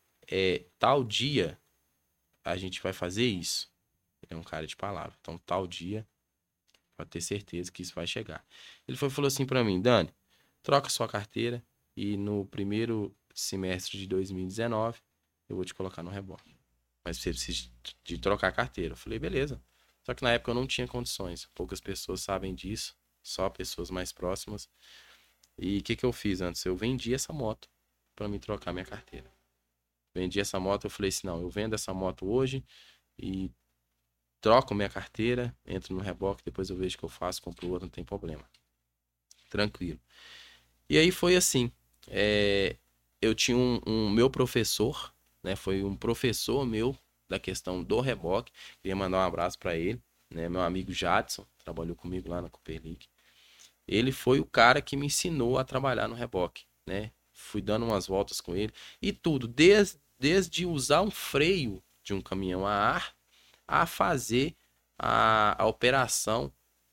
[SPEAKER 1] é tal dia a gente vai fazer isso. Ele é um cara de palavra. Então tal dia pode ter certeza que isso vai chegar. Ele foi, falou assim para mim, Dani, troca sua carteira e no primeiro semestre de dois mil e dezenove eu vou te colocar no reboque. Mas você precisa de trocar a carteira. Eu falei, beleza. Só que na época eu não tinha condições. Poucas pessoas sabem disso, só pessoas mais próximas. E o que, que eu fiz antes? Eu vendi essa moto para me trocar minha carteira. Vendi essa moto, eu falei assim, não, eu vendo essa moto hoje e troco minha carteira, entro no reboque, depois eu vejo o que eu faço, compro outro, não tem problema. Tranquilo. E aí foi assim. é, eu tinha um, um meu professor, né? Foi um professor meu da questão do reboque. Queria mandar um abraço para ele, né? Meu amigo Jadson, trabalhou comigo lá na Cooper League. Ele foi o cara que me ensinou a trabalhar no reboque, né? Fui dando umas voltas com ele e tudo, desde, desde usar um freio de um caminhão a ar a fazer a, a operação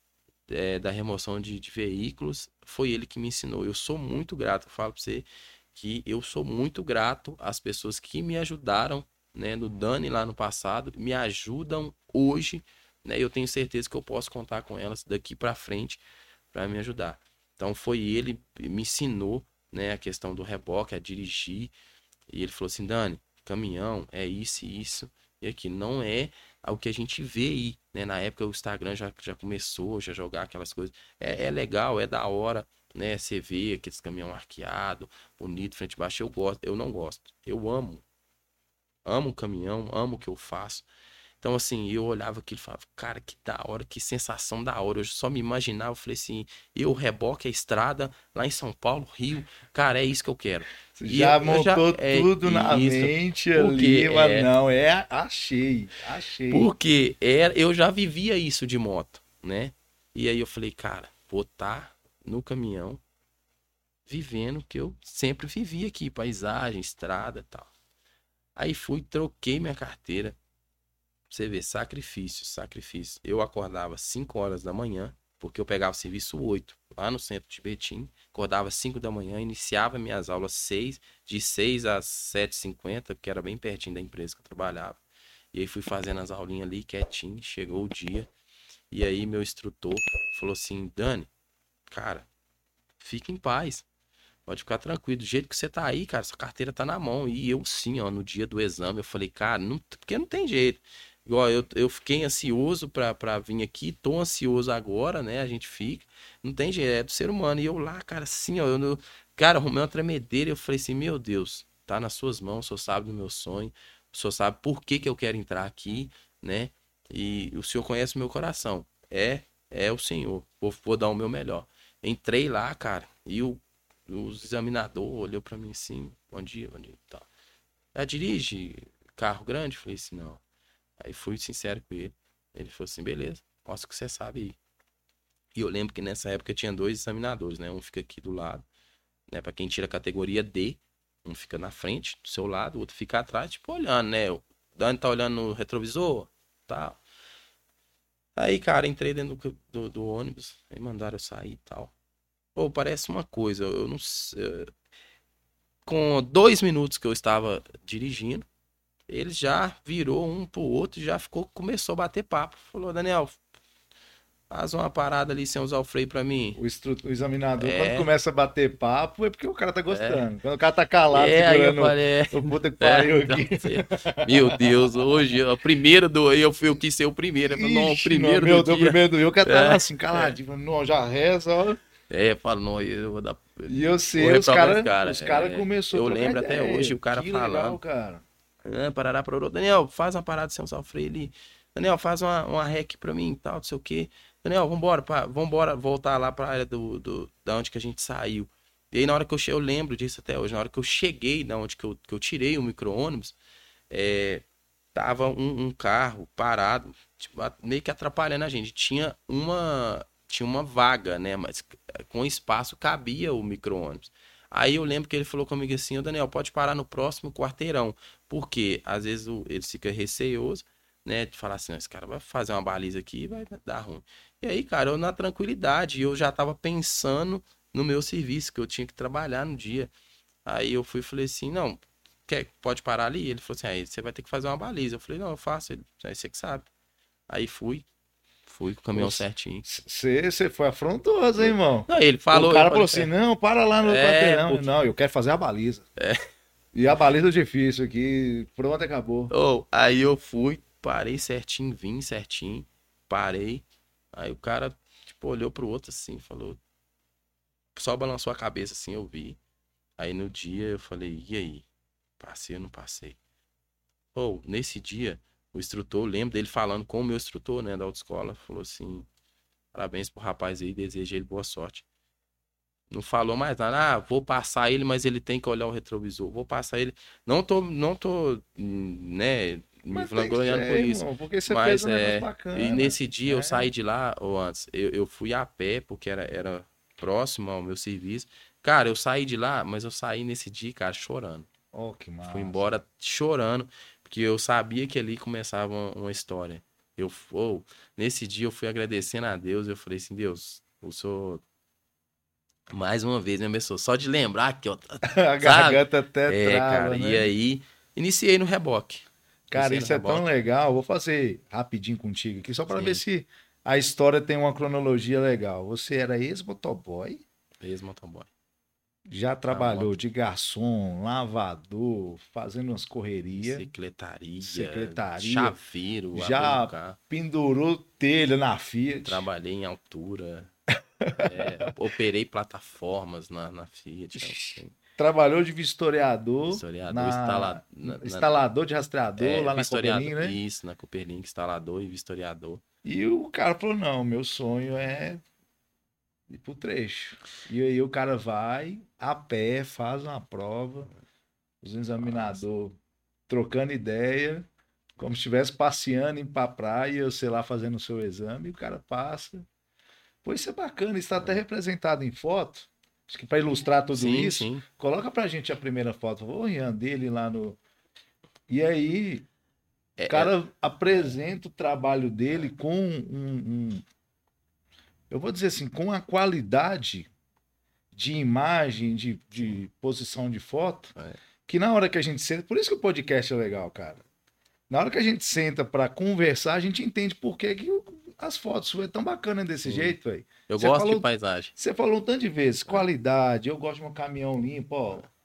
[SPEAKER 1] é, da remoção de, de veículos, foi ele que me ensinou. Eu sou muito grato, eu falo para você que eu sou muito grato às pessoas que me ajudaram, né, no Dani lá no passado, me ajudam hoje, né? Eu tenho certeza que eu posso contar com elas daqui para frente para me ajudar. Então foi ele me ensinou, né, a questão do reboque, a dirigir, e ele falou assim, Dani, caminhão é isso e isso e aqui não é o que a gente vê aí, né? Na época o Instagram já, já começou já jogar aquelas coisas. É, é legal, é da hora, né? Você vê aqueles caminhão arqueado, bonito, frente e baixo. Eu gosto, eu não gosto. Eu amo. Amo o caminhão, amo o que eu faço. Então, assim, eu olhava aquilo e falava, cara, que da hora, que sensação da hora. Eu só me imaginava, eu falei assim, eu reboque a estrada lá em São Paulo, Rio, cara, é isso que eu quero.
[SPEAKER 2] Você
[SPEAKER 1] E eu,
[SPEAKER 2] já
[SPEAKER 1] eu já,
[SPEAKER 2] montou
[SPEAKER 1] é
[SPEAKER 2] tudo na
[SPEAKER 1] isso,
[SPEAKER 2] mente
[SPEAKER 1] porque
[SPEAKER 2] ali, mas
[SPEAKER 1] é,
[SPEAKER 2] não, é, achei, achei.
[SPEAKER 1] porque era, eu já vivia isso de moto, né? E aí eu falei, cara, vou estar no caminhão, vivendo o que eu sempre vivi aqui, paisagem, estrada e tal. Aí fui, troquei minha carteira. Você vê, sacrifício, sacrifício. Eu acordava cinco horas da manhã, porque eu pegava serviço oito lá no centro de Betim. Acordava cinco da manhã, iniciava minhas aulas seis de seis às sete e cinquenta, porque era bem pertinho da empresa que eu trabalhava. E aí fui fazendo as aulinhas ali quietinho, chegou o dia. E aí meu instrutor falou assim, Dani, cara, fica em paz. Pode ficar tranquilo, do jeito que você tá aí, cara, sua carteira tá na mão. E eu sim, ó, no dia do exame, eu falei, cara, não, porque não tem jeito. Igual eu, eu fiquei ansioso pra, pra vir aqui, tô ansioso agora, né? A gente fica, não tem jeito, é do ser humano. E eu lá, cara, assim, ó, eu, eu- cara, arrumei uma tremedeira. Eu falei assim, meu Deus, tá nas suas mãos, o senhor sabe do meu sonho, o senhor sabe por que que eu quero entrar aqui, né? E o senhor conhece o meu coração. É, é o senhor, vou, vou dar o meu melhor. Entrei lá, cara, e o o examinador olhou pra mim assim, bom dia, bom dia, tá. Ah, dirige carro grande? Falei assim, não. Aí fui sincero com ele. Ele falou assim, beleza, mostra o que você sabe aí. E eu lembro que nessa época tinha dois examinadores, né? Um fica aqui do lado, né? Pra quem tira a categoria D, um fica na frente, do seu lado, o outro fica atrás, tipo, olhando, né? O Dani tá olhando no retrovisor, tal. Aí, cara, entrei dentro do, do, do ônibus, aí mandaram eu sair e tal. Pô, parece uma coisa, eu não sei. Com dois minutos que eu estava dirigindo, ele já virou um pro outro, já ficou, começou a bater papo. Falou, Daniel, faz uma parada ali sem usar o freio pra mim.
[SPEAKER 2] O, instru... o examinador, quando
[SPEAKER 1] É,
[SPEAKER 2] começa a bater papo, é porque o cara tá
[SPEAKER 1] é.
[SPEAKER 2] gostando. Quando o cara tá calado,
[SPEAKER 1] É, aí eu
[SPEAKER 2] segurando
[SPEAKER 1] falei, é,
[SPEAKER 2] o puta que
[SPEAKER 1] é,
[SPEAKER 2] pariu
[SPEAKER 1] então,
[SPEAKER 2] aqui.
[SPEAKER 1] você- meu Deus, hoje, a primeira do, eu fui, eu quis ser o primeiro. Eu falei, não, o
[SPEAKER 2] Ixi, não,
[SPEAKER 1] primeiro do
[SPEAKER 2] meu Deus, o
[SPEAKER 1] dia.
[SPEAKER 2] primeiro do eu quero estar lá
[SPEAKER 1] É,
[SPEAKER 2] assim,
[SPEAKER 1] é,
[SPEAKER 2] caladinho. Não, já reza, ó.
[SPEAKER 1] é, eu falo, não, eu vou dar,
[SPEAKER 2] E eu
[SPEAKER 1] vou
[SPEAKER 2] sei, os
[SPEAKER 1] reprovar esse
[SPEAKER 2] caras
[SPEAKER 1] cara.
[SPEAKER 2] os cara
[SPEAKER 1] É,
[SPEAKER 2] começou a
[SPEAKER 1] eu
[SPEAKER 2] trocar
[SPEAKER 1] lembro até hoje
[SPEAKER 2] ideia.
[SPEAKER 1] o cara
[SPEAKER 2] Que legal,
[SPEAKER 1] falando,
[SPEAKER 2] cara.
[SPEAKER 1] ah, parará, parará, Daniel, faz uma parada sem usar o freio ali. Daniel, faz uma, uma rec pra mim e tal, não sei o quê. Daniel, vambora, pá, vambora voltar lá pra área do, do, da onde que a gente saiu. E aí, na hora que eu cheguei, eu lembro disso até hoje, na hora que eu cheguei da onde que eu, que eu tirei o micro-ônibus, é, tava um, um carro parado, tipo, a- meio que atrapalhando a gente. Tinha uma, tinha uma vaga, né? Mas eh, com espaço cabia o micro-ônibus. Aí eu lembro que ele falou comigo assim, ô Daniel, pode parar no próximo quarteirão. Porque às vezes o- ele fica receoso, né? De falar assim, "Não, esse cara vai fazer uma baliza aqui e vai dar ruim." E aí, cara, eu na tranquilidade, eu já tava pensando no meu serviço, que eu tinha que trabalhar no dia. Aí eu fui e falei assim, não, quer, pode parar ali? Ele falou assim, aí você vai ter que fazer uma baliza. Eu falei, não, eu faço, ele, aí você que sabe. Aí fui, fui com o caminhão certinho.
[SPEAKER 2] Você foi afrontoso, hein,
[SPEAKER 1] Foi.
[SPEAKER 2] irmão?
[SPEAKER 1] Não, ele
[SPEAKER 2] O
[SPEAKER 1] falou, eu
[SPEAKER 2] cara falou
[SPEAKER 1] falei,
[SPEAKER 2] assim: não, para lá no
[SPEAKER 1] é,
[SPEAKER 2] quarteirão.
[SPEAKER 1] porque...
[SPEAKER 2] Não, eu quero fazer a baliza. E a baliza é difícil aqui. Pronto, acabou.
[SPEAKER 1] Oh, aí eu fui, parei certinho, vim certinho, parei. Aí o cara, tipo, olhou pro outro assim, falou, só balançou a cabeça assim, eu vi. Aí no dia eu falei, e aí? Passei ou não passei? Ou, nesse dia, o instrutor, eu lembro dele falando com o meu instrutor, né, da autoescola, falou assim, parabéns pro rapaz aí, desejo ele boa sorte. Não falou mais nada, ah, vou passar ele, mas ele tem que olhar o retrovisor. Vou passar ele. Não tô, não tô, hum, né, me
[SPEAKER 2] Mas tem que
[SPEAKER 1] vangloriando por
[SPEAKER 2] ser,
[SPEAKER 1] isso.
[SPEAKER 2] irmão, porque você fez
[SPEAKER 1] Mas
[SPEAKER 2] um negócio
[SPEAKER 1] é. E
[SPEAKER 2] bacana.
[SPEAKER 1] nesse dia eu
[SPEAKER 2] É.
[SPEAKER 1] saí de lá, ou antes, eu, eu fui a pé, porque era, era próximo ao meu serviço. Cara, eu saí de lá, mas eu saí nesse dia, cara, chorando.
[SPEAKER 2] Oh, que
[SPEAKER 1] Fui
[SPEAKER 2] massa.
[SPEAKER 1] embora chorando, porque eu sabia que ali começava uma, uma história. Eu, oh, nesse dia eu fui agradecendo a Deus, eu falei assim, Deus, o Senhor, mais uma vez, me abençoou. Só de lembrar que eu,
[SPEAKER 2] A
[SPEAKER 1] sabe?
[SPEAKER 2] garganta até
[SPEAKER 1] É, cara,
[SPEAKER 2] trava,
[SPEAKER 1] e
[SPEAKER 2] né?
[SPEAKER 1] aí, iniciei no reboque.
[SPEAKER 2] Cara,
[SPEAKER 1] Iniciei no
[SPEAKER 2] isso é tão
[SPEAKER 1] reboque.
[SPEAKER 2] legal. Vou fazer rapidinho contigo aqui, só para ver
[SPEAKER 1] Sim,
[SPEAKER 2] se a história tem uma cronologia legal. Você era ex-motoboy,
[SPEAKER 1] ex-motoboy.
[SPEAKER 2] já
[SPEAKER 1] Na
[SPEAKER 2] trabalhou
[SPEAKER 1] moto,
[SPEAKER 2] de garçom, lavador, fazendo umas correrias,
[SPEAKER 1] bicicletaria,
[SPEAKER 2] secretaria,
[SPEAKER 1] chaveiro, abri o
[SPEAKER 2] já
[SPEAKER 1] carro,
[SPEAKER 2] pendurou telha na Fiat.
[SPEAKER 1] trabalhei em altura, é, operei plataformas na, na Fiat, então, assim,
[SPEAKER 2] Trabalhou de vistoriador,
[SPEAKER 1] vistoriador,
[SPEAKER 2] na,
[SPEAKER 1] instala, na, na-
[SPEAKER 2] instalador de rastreador
[SPEAKER 1] é,
[SPEAKER 2] lá na
[SPEAKER 1] vistoriador,
[SPEAKER 2] Copelin, né?
[SPEAKER 1] isso, na Cooperlink, instalador e vistoriador.
[SPEAKER 2] E o cara falou: não, meu sonho é ir pro trecho. E aí o cara vai a pé, faz uma prova, os
[SPEAKER 1] Nossa,
[SPEAKER 2] examinador trocando ideia, como se estivesse passeando em pra praia, sei lá, fazendo o seu exame, e o cara passa. Pô, isso é bacana, está até
[SPEAKER 1] é.
[SPEAKER 2] representado em foto. Acho que para ilustrar tudo
[SPEAKER 1] Sim,
[SPEAKER 2] isso,
[SPEAKER 1] sim,
[SPEAKER 2] coloca pra gente a primeira foto. Vou olhando dele lá no. E aí, o
[SPEAKER 1] é, é,
[SPEAKER 2] cara apresenta o trabalho dele com um, um- eu vou dizer assim, com a qualidade de imagem, de, de posição de foto,
[SPEAKER 1] é,
[SPEAKER 2] que na hora que a gente senta, por isso que o podcast é legal, cara. Na hora que a gente senta para conversar, a gente entende por que, que o- as fotos são tão bacanas desse
[SPEAKER 1] sim.
[SPEAKER 2] jeito, velho.
[SPEAKER 1] Eu
[SPEAKER 2] Você
[SPEAKER 1] gosto de
[SPEAKER 2] falou,
[SPEAKER 1] paisagem.
[SPEAKER 2] você falou um tanto de vezes,
[SPEAKER 1] É,
[SPEAKER 2] qualidade, eu gosto de um caminhão limpo, ó,
[SPEAKER 1] é.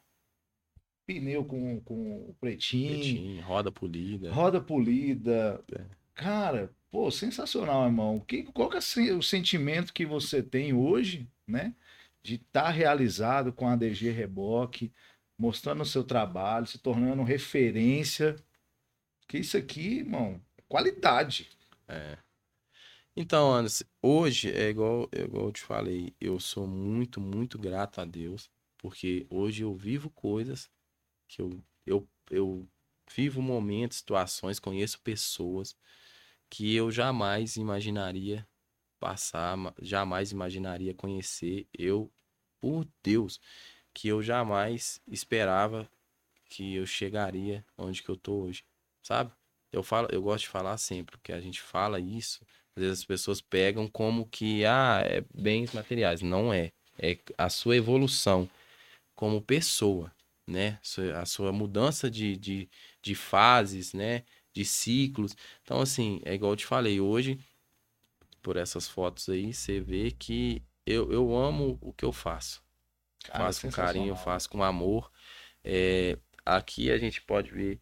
[SPEAKER 2] pneu com, com pretinho,
[SPEAKER 1] Pretinho, roda polida.
[SPEAKER 2] roda polida.
[SPEAKER 1] É.
[SPEAKER 2] Cara, pô, sensacional, irmão. Que, qual que é se- o sentimento que você tem hoje, né? De estar realizado com a D G Reboque, mostrando o seu trabalho, se tornando referência. Que isso aqui, irmão, é qualidade.
[SPEAKER 1] É. Então, Anderson, hoje é igual, é igual eu te falei, eu sou muito, muito grato a Deus, porque hoje eu vivo coisas que eu, eu, eu vivo momentos, situações, conheço pessoas que eu jamais imaginaria, passar, jamais imaginaria conhecer. Eu, por Deus, que eu jamais esperava que eu chegaria onde que eu tô hoje, sabe? Eu falo, eu gosto de falar sempre, porque a gente fala isso, às vezes as pessoas pegam como que, ah, é bens materiais. Não é. É a sua evolução como pessoa, né? A sua mudança de, de, de fases, né? De ciclos. Então, assim, é igual eu te falei, hoje, por essas fotos aí, você vê que eu, eu amo o que eu faço.
[SPEAKER 2] Cara,
[SPEAKER 1] Faço com carinho,
[SPEAKER 2] sensacional, velho.
[SPEAKER 1] faço com amor. É, aqui a gente pode ver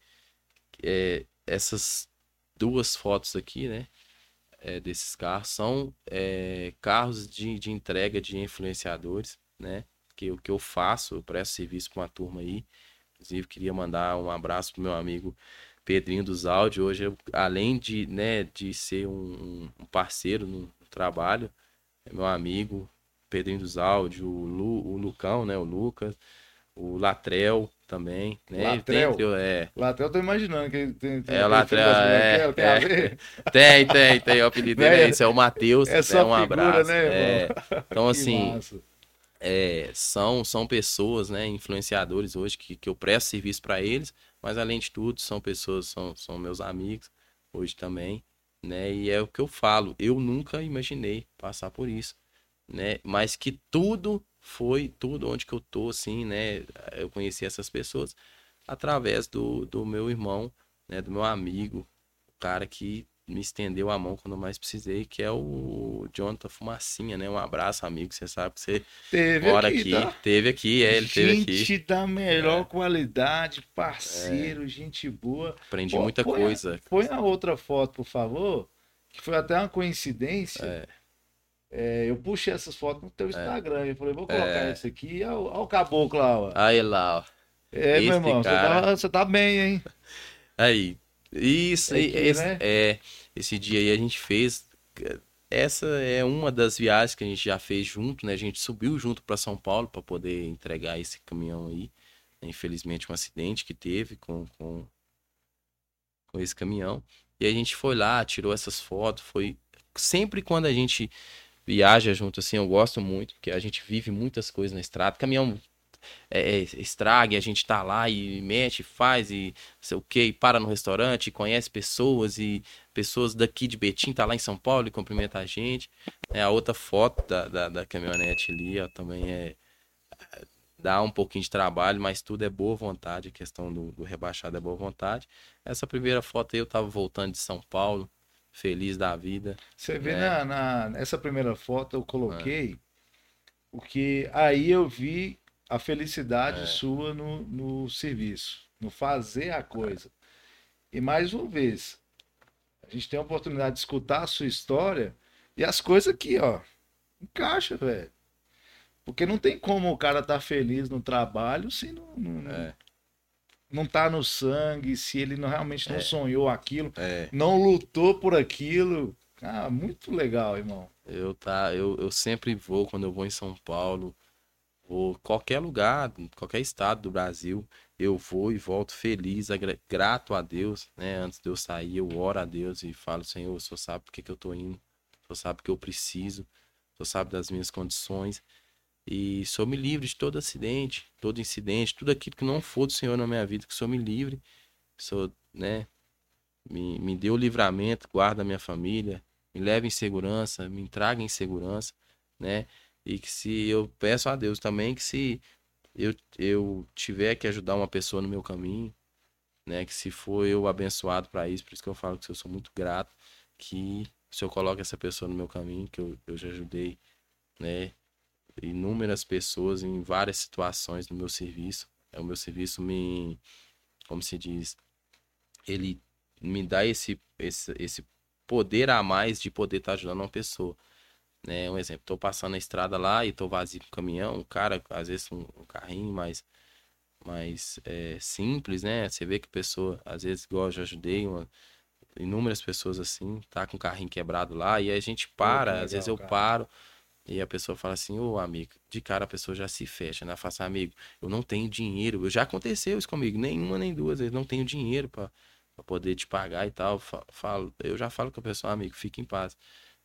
[SPEAKER 1] é, essas duas fotos aqui, né? É, desses carros são é, carros de, de entrega de influenciadores, né? Que o que eu faço, eu presto serviço para uma turma aí. Inclusive, queria mandar um abraço pro meu amigo Pedrinho dos Áudios. Hoje, eu, além de, né, de ser um, um parceiro no trabalho, é meu amigo Pedrinho dos Áudios, o, Lu, o Lucão, né? O Lucas, o Latrel também, né? Dentre,
[SPEAKER 2] Latrell.
[SPEAKER 1] é,
[SPEAKER 2] Latrell, eu tô imaginando que ele tem, tem
[SPEAKER 1] é o
[SPEAKER 2] aquele filme
[SPEAKER 1] Latrel,
[SPEAKER 2] das
[SPEAKER 1] é,
[SPEAKER 2] branquelas, tem a
[SPEAKER 1] é,
[SPEAKER 2] ver?
[SPEAKER 1] tem, tem, tem, o apelido dele é
[SPEAKER 2] Né?
[SPEAKER 1] esse, é o Matheus,
[SPEAKER 2] É
[SPEAKER 1] né?
[SPEAKER 2] só
[SPEAKER 1] Um
[SPEAKER 2] figura,
[SPEAKER 1] abraço.
[SPEAKER 2] né, irmão?
[SPEAKER 1] É, então,
[SPEAKER 2] Que
[SPEAKER 1] assim,
[SPEAKER 2] massa.
[SPEAKER 1] é, são, são pessoas, né, influenciadores hoje que, que eu presto serviço para eles, mas além de tudo, são pessoas, são, são meus amigos hoje também, né, e é o que eu falo, eu nunca imaginei passar por isso, né, mas que tudo foi, tudo onde que eu tô, assim, né, eu conheci essas pessoas através do, do meu irmão, né, do meu amigo, o cara que me estendeu a mão quando eu mais precisei, que é o Jonathan Fumacinha, né? Um abraço, amigo. Você sabe que você
[SPEAKER 2] Teve
[SPEAKER 1] mora
[SPEAKER 2] aqui,
[SPEAKER 1] aqui.
[SPEAKER 2] tá?
[SPEAKER 1] Teve aqui, é, ele teve aqui.
[SPEAKER 2] Gente da melhor
[SPEAKER 1] É,
[SPEAKER 2] qualidade, parceiro, gente boa.
[SPEAKER 1] aprendi
[SPEAKER 2] Pô,
[SPEAKER 1] muita
[SPEAKER 2] põe a,
[SPEAKER 1] coisa.
[SPEAKER 2] põe a outra foto, por favor, que foi até uma coincidência.
[SPEAKER 1] É,
[SPEAKER 2] É, eu puxei essas fotos no teu
[SPEAKER 1] é,
[SPEAKER 2] Instagram. Eu falei, vou colocar
[SPEAKER 1] é.
[SPEAKER 2] isso aqui. Olha o olha o caboclo lá, ó.
[SPEAKER 1] Aí lá, ó.
[SPEAKER 2] É, meu
[SPEAKER 1] Esse
[SPEAKER 2] irmão, você
[SPEAKER 1] cara.
[SPEAKER 2] tá, você tá bem, hein?
[SPEAKER 1] Aí. Isso
[SPEAKER 2] É
[SPEAKER 1] aí,
[SPEAKER 2] aqui,
[SPEAKER 1] esse,
[SPEAKER 2] né?
[SPEAKER 1] é, esse dia aí a gente fez. Essa é uma das viagens que a gente já fez junto, né? A gente subiu junto para São Paulo para poder entregar esse caminhão aí. Infelizmente, um acidente que teve com, com, com esse caminhão. E a gente foi lá, tirou essas fotos. Foi sempre quando a gente viaja junto, assim, eu gosto muito, porque a gente vive muitas coisas na estrada. Caminhão é, é, estraga e a gente tá lá e mexe, faz e sei o que, e para no restaurante, e conhece pessoas e pessoas daqui de Betim, tá lá em São Paulo e cumprimenta a gente. É, a outra foto da, da, da caminhonete ali, ó, também é dá um pouquinho de trabalho, mas tudo é boa vontade, a questão do, do rebaixado é boa vontade. Essa primeira foto aí eu tava voltando de São Paulo, feliz da vida,
[SPEAKER 2] Você vê
[SPEAKER 1] né?
[SPEAKER 2] na, na, nessa primeira foto eu
[SPEAKER 1] Ah,
[SPEAKER 2] coloquei, porque aí eu vi a felicidade
[SPEAKER 1] é,
[SPEAKER 2] sua no, no serviço, no fazer a coisa. E mais uma vez, a gente tem a oportunidade de escutar a sua história e as coisas aqui, ó, encaixa, velho. Porque não tem como o cara estar feliz no trabalho se não, não, não,
[SPEAKER 1] é,
[SPEAKER 2] não tá no sangue, se ele não, realmente não
[SPEAKER 1] é,
[SPEAKER 2] sonhou aquilo,
[SPEAKER 1] é.
[SPEAKER 2] não lutou por aquilo. Ah, muito legal, irmão.
[SPEAKER 1] Eu, tá, eu, eu sempre vou, quando eu vou em São Paulo, vou qualquer lugar, qualquer estado do Brasil, eu vou e volto feliz, agra- grato a Deus, né? Antes de eu sair, eu oro a Deus e falo, Senhor, o Senhor sabe por que que eu tô indo, o Senhor sabe o que eu preciso, o Senhor sabe das minhas condições, e o Senhor me livre de todo acidente, todo incidente, tudo aquilo que não for do Senhor na minha vida, que o Senhor me livre, que o Senhor, né, me, me dê o livramento, guarda a minha família, me leve em segurança, me traga em segurança, né? E que se eu peço a Deus também que se eu, eu tiver que ajudar uma pessoa no meu caminho, né? Que se for eu abençoado para isso, por isso que eu falo que eu sou muito grato, que se eu coloco essa pessoa no meu caminho, que eu, eu já ajudei, né? Inúmeras pessoas em várias situações no meu serviço. É, o meu serviço me, como se diz, ele me dá esse, esse, esse poder a mais de poder estar ajudando uma pessoa, né? Um exemplo, tô passando na estrada lá e tô vazio com o caminhão, um cara, às vezes um, um carrinho mais, mais é, simples, né? Você vê que a pessoa, às vezes, igual eu já ajudei uma, inúmeras pessoas assim, tá com o carrinho quebrado lá, e a gente
[SPEAKER 2] Pô, que
[SPEAKER 1] para, às vezes
[SPEAKER 2] legal,
[SPEAKER 1] eu
[SPEAKER 2] cara.
[SPEAKER 1] paro, e a pessoa fala assim, ô amigo, de cara a pessoa já se fecha, né? Fala assim, amigo, eu não tenho dinheiro, já aconteceu isso comigo, nenhuma nem duas vezes, não tenho dinheiro pra, pra poder te pagar e tal. Fa- Falo, eu já falo com a pessoa, amigo, fique em paz.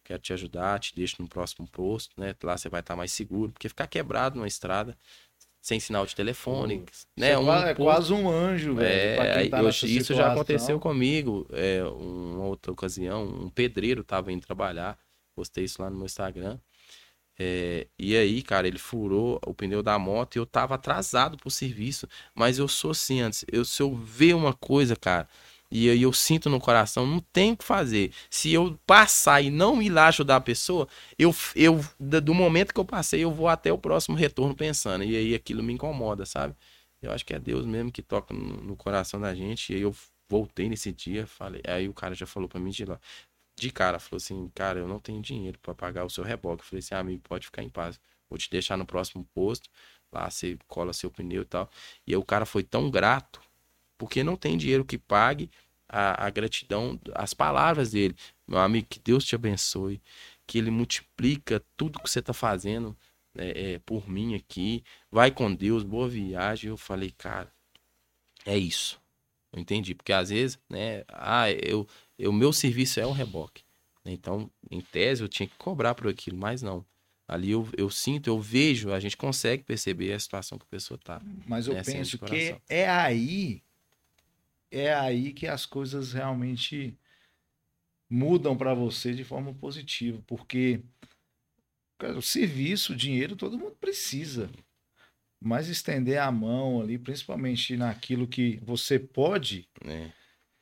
[SPEAKER 1] quero te ajudar, te deixo no próximo posto, né? Lá você vai estar mais seguro, porque ficar quebrado numa estrada, sem sinal de telefone,
[SPEAKER 2] Pô,
[SPEAKER 1] né?
[SPEAKER 2] Você é
[SPEAKER 1] Um
[SPEAKER 2] quase, é
[SPEAKER 1] posto,
[SPEAKER 2] quase um anjo, velho, pra quem
[SPEAKER 1] é,
[SPEAKER 2] tá
[SPEAKER 1] eu,
[SPEAKER 2] nessa
[SPEAKER 1] isso já aconteceu
[SPEAKER 2] situação.
[SPEAKER 1] comigo, é, uma outra ocasião, um pedreiro tava indo trabalhar, postei isso lá no meu Instagram, é, e aí, cara, ele furou o pneu da moto e eu tava atrasado pro serviço, mas eu sou assim antes, eu, se eu ver uma coisa, cara, e aí eu sinto no coração, não tem o que fazer. Se eu passar e não ir lá ajudar a pessoa, eu, eu do momento que eu passei, eu vou até o próximo retorno pensando, e aí aquilo me incomoda, sabe? Eu acho que é Deus mesmo que toca no, no coração da gente, e aí eu voltei nesse dia, falei, aí o cara já falou pra mim de lá, de cara, falou assim, cara, eu não tenho dinheiro pra pagar o seu reboque. Eu falei assim, amigo, pode ficar em paz. Vou te deixar no próximo posto, lá você cola seu pneu e tal. E aí o cara foi tão grato, porque não tem dinheiro que pague a, a gratidão, as palavras dele. Meu amigo, que Deus te abençoe, que ele multiplica tudo que você tá fazendo é, é, por mim aqui. Vai com Deus, boa viagem. Eu falei, cara, é isso. Eu entendi, porque às vezes, né, ah, eu, o meu serviço é um reboque. Então, em tese, eu tinha que cobrar por aquilo, mas não. Ali eu, eu sinto, eu vejo, a gente consegue perceber a situação que a pessoa tá,
[SPEAKER 2] Mas eu
[SPEAKER 1] né, sendo de
[SPEAKER 2] penso que
[SPEAKER 1] coração.
[SPEAKER 2] é aí, é aí que as coisas realmente mudam para você de forma positiva, porque cara, o serviço, o dinheiro, todo mundo precisa. Mas estender a mão ali, principalmente naquilo que você pode.
[SPEAKER 1] Né?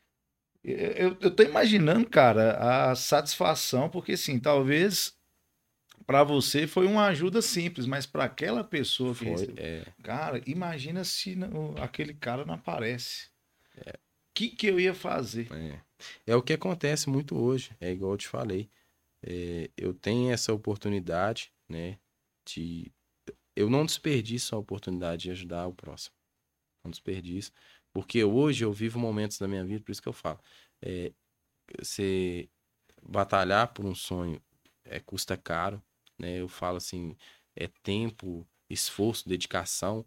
[SPEAKER 2] Eu, eu tô imaginando, cara, a satisfação, porque assim, talvez para você foi uma ajuda simples, mas para aquela pessoa que
[SPEAKER 1] Foi,
[SPEAKER 2] recebeu,
[SPEAKER 1] é,
[SPEAKER 2] cara, imagina se não- aquele cara não aparece. O que que eu ia fazer?
[SPEAKER 1] é. É o que acontece muito hoje, é igual eu te falei. É, eu tenho essa oportunidade, né, de... Eu não desperdiço a oportunidade de ajudar o próximo. Não desperdiço. Porque hoje eu vivo momentos da minha vida, por isso que eu falo. É, você batalhar por um sonho é, custa caro, né? Eu falo assim, é tempo, esforço, dedicação.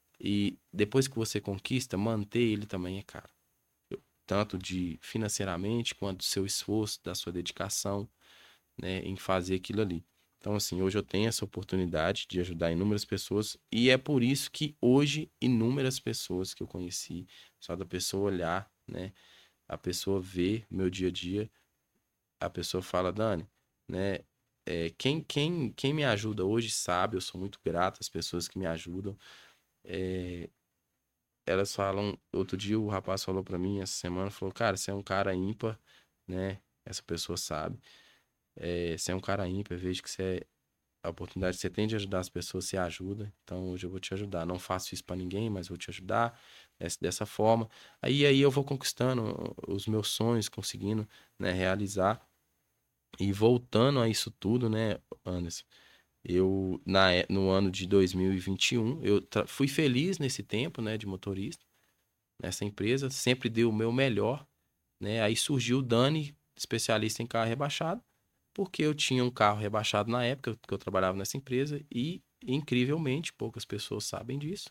[SPEAKER 1] E depois que você conquista, manter ele também é caro. Tanto de financeiramente, quanto do seu esforço, da sua dedicação, né, em fazer aquilo ali. Então, assim, hoje eu tenho essa oportunidade de ajudar inúmeras pessoas e é por isso que hoje inúmeras pessoas que eu conheci, só da pessoa olhar, né, a pessoa ver meu dia a dia, a pessoa fala, Dani, né, é, quem, quem, quem me ajuda hoje sabe, eu sou muito grato às pessoas que me ajudam. É, elas falam, outro dia o rapaz falou pra mim, essa semana, falou, cara, você é um cara ímpar, né, essa pessoa sabe. É, você é um cara ímpar, eu vejo que você é a oportunidade que você tem de ajudar as pessoas, você ajuda. Então hoje eu vou te ajudar. Não faço isso pra ninguém, mas vou te ajudar dessa, dessa forma. Aí aí eu vou conquistando os meus sonhos, conseguindo, né, realizar e voltando a isso tudo, né, Anderson. Eu na é- no ano de dois mil e vinte e um, eu tra- fui feliz nesse tempo, né, de motorista nessa empresa, sempre dei o meu melhor, né? Aí surgiu o Dani, especialista em carro rebaixado, porque eu tinha um carro rebaixado na época que eu trabalhava nessa empresa e, incrivelmente, poucas pessoas sabem disso,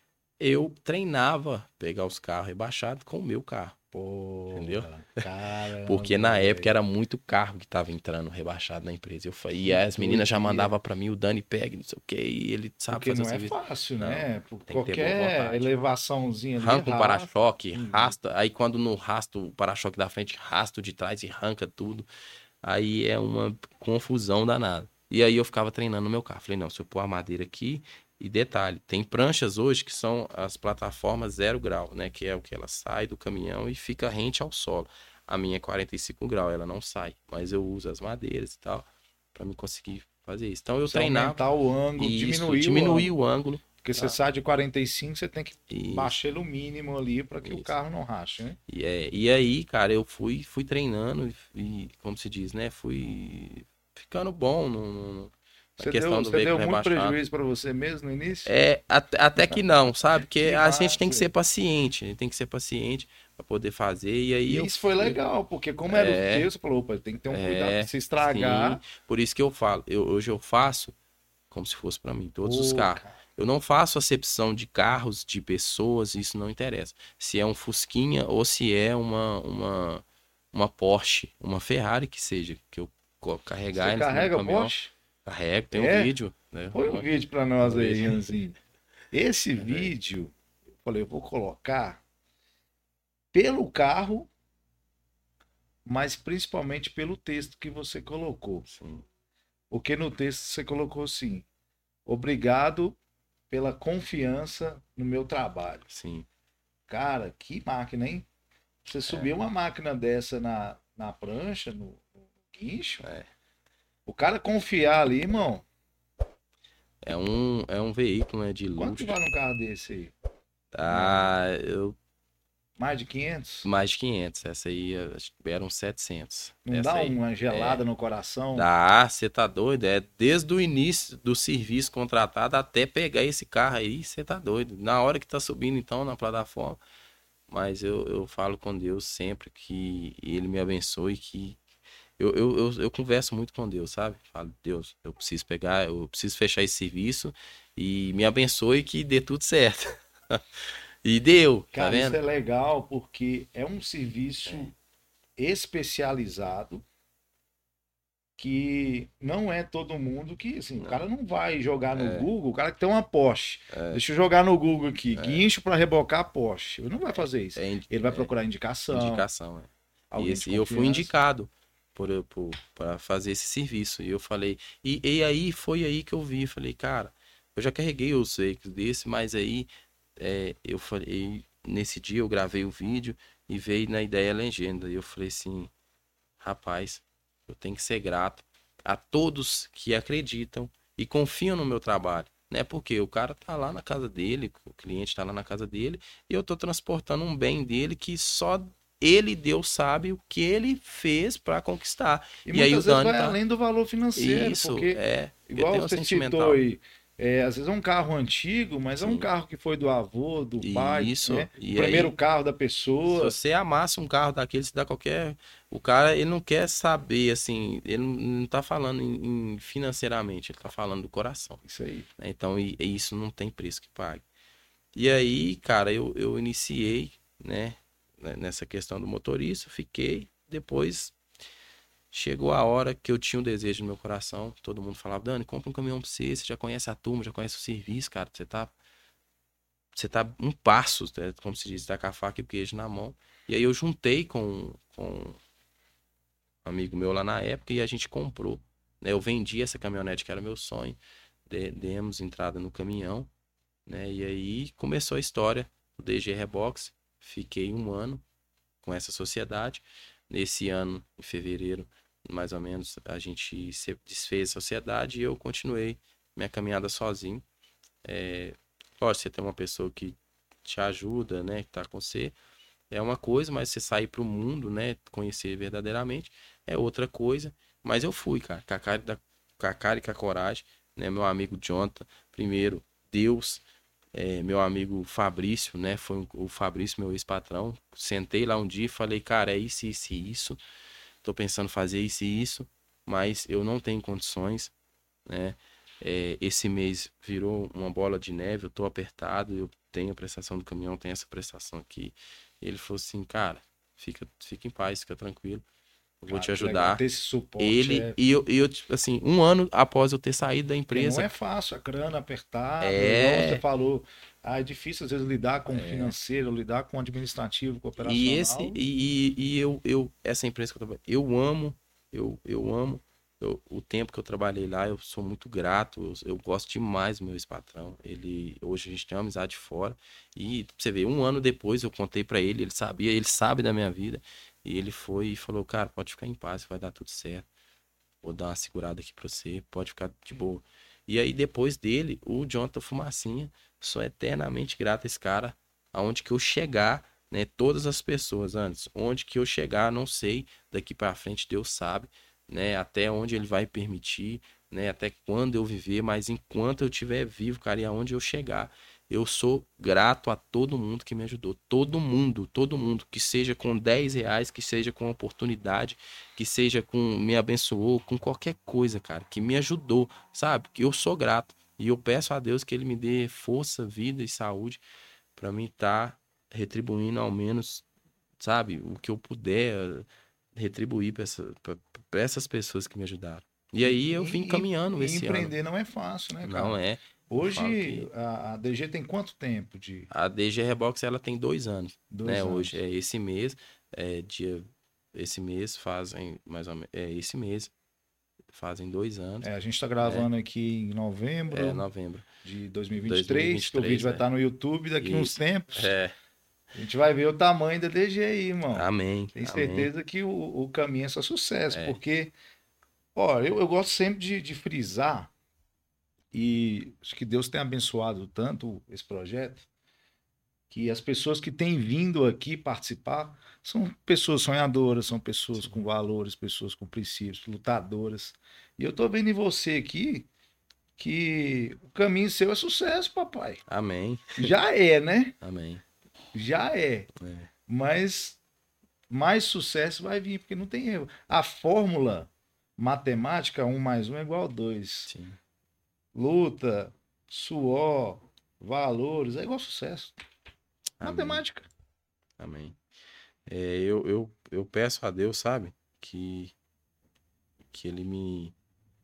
[SPEAKER 1] eu treinava pegar os carros rebaixados com o meu carro, entendeu?
[SPEAKER 2] Porra,
[SPEAKER 1] Porque
[SPEAKER 2] caramba,
[SPEAKER 1] na época
[SPEAKER 2] velho.
[SPEAKER 1] era muito carro que tava entrando rebaixado na empresa. Eu, fa- e
[SPEAKER 2] Que
[SPEAKER 1] as meninas já
[SPEAKER 2] doideira.
[SPEAKER 1] mandavam pra mim, o Dani pega, não sei o quê, e ele sabe
[SPEAKER 2] Porque
[SPEAKER 1] fazer o
[SPEAKER 2] não é
[SPEAKER 1] serviço.
[SPEAKER 2] fácil,
[SPEAKER 1] Não,
[SPEAKER 2] né? Por
[SPEAKER 1] tem que ter boa
[SPEAKER 2] qualquer
[SPEAKER 1] vontade.
[SPEAKER 2] elevaçãozinha ali,
[SPEAKER 1] Arranca um
[SPEAKER 2] rafa.
[SPEAKER 1] para-choque, rasta, aí quando não rasta o para-choque da frente, rasta o de trás e arranca tudo. Aí é uma confusão danada. E aí eu ficava treinando no meu carro. Falei, não, se eu pôr a madeira aqui. E detalhe, tem pranchas hoje que são as plataformas zero grau, né? Que é o que ela sai do caminhão e fica rente ao solo. A minha é quarenta e cinco graus, ela não sai. Mas eu uso as madeiras e tal, para me conseguir fazer isso. Então eu
[SPEAKER 2] Você
[SPEAKER 1] treinava
[SPEAKER 2] aumentar o ângulo,
[SPEAKER 1] e isso,
[SPEAKER 2] diminuir o
[SPEAKER 1] diminuir
[SPEAKER 2] ângulo.
[SPEAKER 1] o ângulo.
[SPEAKER 2] Porque você
[SPEAKER 1] Tá?
[SPEAKER 2] sai de quarenta e cinco, você tem que
[SPEAKER 1] Isso,
[SPEAKER 2] baixar ele o mínimo ali para que o
[SPEAKER 1] isso.
[SPEAKER 2] carro não rache, né?
[SPEAKER 1] E, é, e aí, cara, eu fui, fui treinando e, como se diz, né? Fui ficando bom no, no- na
[SPEAKER 2] Você deu,
[SPEAKER 1] questão do
[SPEAKER 2] você
[SPEAKER 1] veículo
[SPEAKER 2] deu muito
[SPEAKER 1] rebaixado.
[SPEAKER 2] prejuízo para você mesmo no início?
[SPEAKER 1] É, até, até que não, sabe? Porque
[SPEAKER 2] Que
[SPEAKER 1] a gente tem que
[SPEAKER 2] massa!
[SPEAKER 1] ser paciente, a gente tem que ser paciente para poder fazer. E aí
[SPEAKER 2] E
[SPEAKER 1] eu
[SPEAKER 2] isso foi
[SPEAKER 1] fui.
[SPEAKER 2] legal, porque como era o
[SPEAKER 1] É,
[SPEAKER 2] seu, você falou, opa, tem que ter um cuidado para
[SPEAKER 1] é,
[SPEAKER 2] se
[SPEAKER 1] sim.
[SPEAKER 2] estragar.
[SPEAKER 1] Por isso que eu falo, eu, hoje eu faço como se fosse para mim, todos os
[SPEAKER 2] Pô,
[SPEAKER 1] carros.
[SPEAKER 2] cara.
[SPEAKER 1] Eu não faço acepção de carros, de pessoas, isso não interessa. Se é um Fusquinha ou se é uma, uma, uma Porsche, uma Ferrari que seja, que eu co- carregar
[SPEAKER 2] Você
[SPEAKER 1] eles no
[SPEAKER 2] carrega o
[SPEAKER 1] caminhão.
[SPEAKER 2] Porsche?
[SPEAKER 1] Carrego, tem
[SPEAKER 2] É?
[SPEAKER 1] um vídeo, né?
[SPEAKER 2] Põe um vídeo pra nós
[SPEAKER 1] Um
[SPEAKER 2] aí,
[SPEAKER 1] vídeo.
[SPEAKER 2] Janzinho. Esse vídeo, eu falei, eu vou colocar pelo carro, mas principalmente pelo texto que você colocou.
[SPEAKER 1] Sim,
[SPEAKER 2] Porque no texto você colocou assim: obrigado pela confiança no meu trabalho.
[SPEAKER 1] sim.
[SPEAKER 2] Cara, que máquina, hein? Você subir uma máquina dessa na, na prancha, no, no guincho,
[SPEAKER 1] É.
[SPEAKER 2] o cara confiar ali, irmão.
[SPEAKER 1] É um, é um veículo, né, de
[SPEAKER 2] Quanto que
[SPEAKER 1] luxo.
[SPEAKER 2] vale um carro desse aí?
[SPEAKER 1] Ah, eu
[SPEAKER 2] Mais de quinhentos?
[SPEAKER 1] mais de quinhentos. Essa aí acho que eram setecentos.
[SPEAKER 2] Não
[SPEAKER 1] Essa
[SPEAKER 2] dá
[SPEAKER 1] aí.
[SPEAKER 2] uma gelada
[SPEAKER 1] É.
[SPEAKER 2] no coração?
[SPEAKER 1] Dá, você tá doido? É desde o início do serviço contratado até pegar esse carro aí, você tá doido. Na hora que tá subindo então na plataforma, mas eu, eu falo com Deus sempre que Ele me abençoe, que eu, eu, eu, eu converso muito com Deus, sabe? Falo, Deus, eu preciso pegar, eu preciso fechar esse serviço e me abençoe que dê tudo certo. E deu, tá
[SPEAKER 2] Cara, isso
[SPEAKER 1] vendo?
[SPEAKER 2] é legal porque é um serviço especializado que não é todo mundo que, assim, o cara
[SPEAKER 1] Não,
[SPEAKER 2] não vai jogar no
[SPEAKER 1] é,
[SPEAKER 2] Google, o cara que tem uma Porsche.
[SPEAKER 1] é,
[SPEAKER 2] Deixa eu jogar no Google aqui,
[SPEAKER 1] é,
[SPEAKER 2] guincho para rebocar Porsche. Ele não vai fazer isso.
[SPEAKER 1] é, indi-
[SPEAKER 2] Ele vai
[SPEAKER 1] é
[SPEAKER 2] procurar indicação,
[SPEAKER 1] indicação, é. E
[SPEAKER 2] alguém de
[SPEAKER 1] esse, e eu fui
[SPEAKER 2] confiança.
[SPEAKER 1] indicado por, por, para fazer esse serviço. E eu falei, e, e aí foi aí que eu vi, falei, cara, eu já carreguei os veículos desse, mas aí é, eu falei, nesse dia eu gravei o vídeo e veio na ideia a legenda. E eu falei assim, rapaz, eu tenho que ser grato a todos que acreditam e confiam no meu trabalho. Né? Porque o cara tá lá na casa dele, o cliente tá lá na casa dele, e eu tô transportando um bem dele que só ele, Deus, sabe o que ele fez para conquistar.
[SPEAKER 2] E
[SPEAKER 1] E aí o
[SPEAKER 2] muitas vezes
[SPEAKER 1] Dani
[SPEAKER 2] vai
[SPEAKER 1] tá.
[SPEAKER 2] além do valor financeiro,
[SPEAKER 1] Isso,
[SPEAKER 2] porque,
[SPEAKER 1] é. Eu
[SPEAKER 2] igual
[SPEAKER 1] tenho um
[SPEAKER 2] você citou
[SPEAKER 1] sentimental.
[SPEAKER 2] aí, é, às vezes é um carro antigo, mas é um
[SPEAKER 1] Sim.
[SPEAKER 2] carro que foi do avô, do pai,
[SPEAKER 1] E isso.
[SPEAKER 2] né? O
[SPEAKER 1] E
[SPEAKER 2] primeiro
[SPEAKER 1] aí,
[SPEAKER 2] carro da
[SPEAKER 1] se
[SPEAKER 2] pessoa.
[SPEAKER 1] você amassa um carro daquele, se dá qualquer. O cara, ele não quer saber, assim, ele não não tá falando em, em financeiramente, ele tá falando do coração.
[SPEAKER 2] Isso aí.
[SPEAKER 1] Né? Então, e, e isso não tem preço que pague. E aí, cara, eu, eu iniciei, né, né, nessa questão do motorista, fiquei, depois chegou a hora que eu tinha um desejo no meu coração, todo mundo falava, Dani, compra um caminhão pra você, você já conhece a turma, já conhece o serviço, cara, você tá, você tá um passo, né, como se diz, tá com a faca e o queijo na mão. E aí eu juntei com, com um amigo meu lá na época e a gente comprou, né, eu vendi essa caminhonete que era meu sonho, de- demos entrada no caminhão, né? E aí começou a história do D G Rebox. Fiquei um ano com essa sociedade. Nesse ano, em fevereiro, mais ou menos, a gente se desfez a sociedade e eu continuei minha caminhada sozinho. É, lógico, você tem uma pessoa que te ajuda, né? Que tá com você, é uma coisa, mas você sair pro mundo, né? Conhecer verdadeiramente é outra coisa. Mas eu fui, cara, com a cara, da, com a cara e com a coragem, né? Meu amigo Jonathan, primeiro, Deus, é, meu amigo Fabrício, né? Foi um- o Fabrício, meu ex-patrão. Sentei lá um dia e falei, cara, é isso, isso e isso. Tô pensando em fazer isso e isso, mas eu não tenho condições, né? É, esse mês virou uma bola de neve, eu tô apertado, eu tenho a prestação do caminhão, tenho essa prestação aqui. Ele falou assim, cara, fica, fica em paz, fica tranquilo, eu vou
[SPEAKER 2] Cara,
[SPEAKER 1] te
[SPEAKER 2] que legal.
[SPEAKER 1] ajudar.
[SPEAKER 2] Ter esse suporte
[SPEAKER 1] Ele
[SPEAKER 2] é.
[SPEAKER 1] e eu, e eu, tipo assim, um ano após eu ter saído da
[SPEAKER 2] Porque não
[SPEAKER 1] empresa,
[SPEAKER 2] é fácil, a grana apertada, igual você
[SPEAKER 1] é,
[SPEAKER 2] falou. Ah, é difícil às vezes lidar com o financeiro, lidar com o administrativo, com o
[SPEAKER 1] e esse
[SPEAKER 2] operacional.
[SPEAKER 1] e, e eu, eu essa empresa que eu trabalho, eu amo, eu, eu amo eu- o tempo que eu trabalhei lá, eu sou muito grato, eu, eu gosto demais do meu ex-patrão. Ele hoje a gente tem uma amizade fora e pra você ver, um ano depois eu contei pra ele, ele sabia, ele sabe da minha vida e ele foi e falou, cara, pode ficar em paz, vai dar tudo certo. Vou dar uma segurada aqui pra você, pode ficar de boa. E aí, depois dele, o Jonathan Fumacinha, sou eternamente grato a esse cara. Aonde que eu chegar, né? Todas as pessoas antes, onde que eu chegar, não sei. Daqui pra frente, Deus sabe, né? Até onde ele vai permitir, né? Até quando eu viver, mas enquanto eu estiver vivo, cara, e aonde eu chegar, eu sou grato a todo mundo que me ajudou. Todo mundo, todo mundo, que seja com dez reais, que seja com oportunidade, que seja com me abençoou, com qualquer coisa, cara, que me ajudou, sabe? Que eu sou grato. E eu peço a Deus que ele me dê força, vida e saúde para mim estar retribuindo ao menos, sabe, o que eu puder. retribuir para essa, essas pessoas que me ajudaram. E aí eu vim caminhando
[SPEAKER 2] e,
[SPEAKER 1] esse
[SPEAKER 2] e empreender
[SPEAKER 1] ano.
[SPEAKER 2] não é fácil, né, cara?
[SPEAKER 1] Não é.
[SPEAKER 2] Hoje
[SPEAKER 1] que...
[SPEAKER 2] a, a D G tem quanto tempo de...
[SPEAKER 1] A D G Rebox, ela tem dois anos.
[SPEAKER 2] Dois
[SPEAKER 1] né?
[SPEAKER 2] anos.
[SPEAKER 1] Hoje é esse mês, é dia... Esse mês fazem mais ou menos... É esse mês. Fazem dois anos.
[SPEAKER 2] É, a gente tá gravando
[SPEAKER 1] é.
[SPEAKER 2] aqui em novembro.
[SPEAKER 1] É, novembro.
[SPEAKER 2] De dois mil e vinte e três,
[SPEAKER 1] dois mil e vinte e três,
[SPEAKER 2] que o vídeo vai
[SPEAKER 1] é.
[SPEAKER 2] estar no YouTube daqui
[SPEAKER 1] Isso.
[SPEAKER 2] uns tempos.
[SPEAKER 1] É.
[SPEAKER 2] A gente vai ver o tamanho da D G aí, irmão.
[SPEAKER 1] Amém.
[SPEAKER 2] Tenho
[SPEAKER 1] amém.
[SPEAKER 2] certeza que o, o caminho é só sucesso,
[SPEAKER 1] É.
[SPEAKER 2] porque, ó, eu, eu gosto sempre de, de frisar, e acho que Deus tem abençoado tanto esse projeto, que as pessoas que têm vindo aqui participar são pessoas sonhadoras, são pessoas
[SPEAKER 1] Sim.
[SPEAKER 2] com valores, pessoas com princípios, lutadoras. E eu tô vendo em você aqui que o caminho seu é sucesso, papai.
[SPEAKER 1] Amém.
[SPEAKER 2] Já é, né?
[SPEAKER 1] Amém.
[SPEAKER 2] Já é.
[SPEAKER 1] É.
[SPEAKER 2] Mas mais sucesso vai vir, porque não tem erro. A fórmula matemática, um mais um é igual a dois.
[SPEAKER 1] Sim.
[SPEAKER 2] Luta, suor, valores, é igual a sucesso.
[SPEAKER 1] Amém.
[SPEAKER 2] Matemática.
[SPEAKER 1] Amém. É, eu, eu, eu peço a Deus, sabe? Que, que Ele me,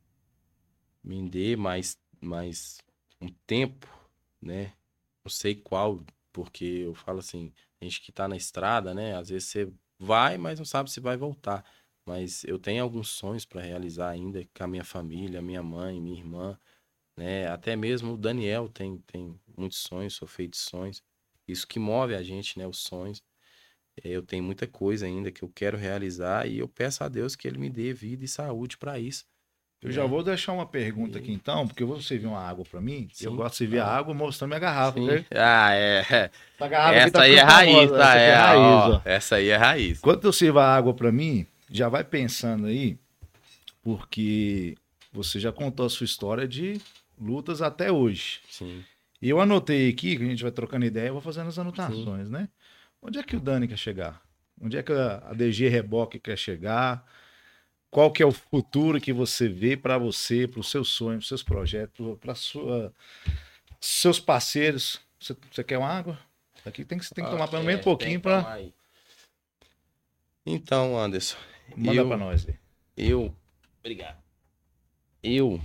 [SPEAKER 1] me dê mais, mais um tempo, né? Não sei qual, porque eu falo assim, a gente que tá na estrada, né? Às vezes você vai, mas não sabe se vai voltar. Mas eu tenho alguns sonhos para realizar ainda com a minha família, minha mãe, minha irmã, né? Até mesmo o Daniel tem, tem muitos sonhos, sou feito de sonhos. Isso que move a gente, né? Os sonhos. Eu tenho muita coisa ainda que eu quero realizar e eu peço a Deus que Ele me dê vida e saúde para isso.
[SPEAKER 2] Eu
[SPEAKER 1] né?
[SPEAKER 2] já vou deixar uma pergunta
[SPEAKER 1] E-
[SPEAKER 2] aqui então, porque eu vou servir uma água para mim.
[SPEAKER 1] Sim.
[SPEAKER 2] Eu gosto de servir a
[SPEAKER 1] Ah.
[SPEAKER 2] água mostrando minha garrafa,
[SPEAKER 1] Sim.
[SPEAKER 2] né?
[SPEAKER 1] Ah, é.
[SPEAKER 2] Essa garrafa aqui
[SPEAKER 1] Essa
[SPEAKER 2] tá
[SPEAKER 1] aí é
[SPEAKER 2] ficando
[SPEAKER 1] raiz,
[SPEAKER 2] famosa.
[SPEAKER 1] tá?
[SPEAKER 2] Essa aqui
[SPEAKER 1] É,
[SPEAKER 2] é raiz,
[SPEAKER 1] ó,
[SPEAKER 2] ó.
[SPEAKER 1] Essa aí é raiz.
[SPEAKER 2] Quando eu sirvo a água para mim, já vai pensando aí, porque você já contou a sua história de lutas até hoje.
[SPEAKER 1] Sim.
[SPEAKER 2] E eu anotei aqui, que a gente vai trocando ideia, eu vou fazendo as anotações, né? Onde é que o Dani quer chegar? Onde é que a a D G Reboque quer chegar? Qual que é o futuro que você vê para você, para os seus sonhos, para seus projetos, para sua seus parceiros? Você, você quer uma água? Aqui tem que, tem que
[SPEAKER 1] Ah,
[SPEAKER 2] tomar pelo
[SPEAKER 1] é,
[SPEAKER 2] menos um
[SPEAKER 1] tem
[SPEAKER 2] pouquinho
[SPEAKER 1] que
[SPEAKER 2] para
[SPEAKER 1] tomar aí. Então, Anderson,
[SPEAKER 2] mandar
[SPEAKER 1] eu,
[SPEAKER 2] para nós. aí.
[SPEAKER 1] eu, obrigado. Eu,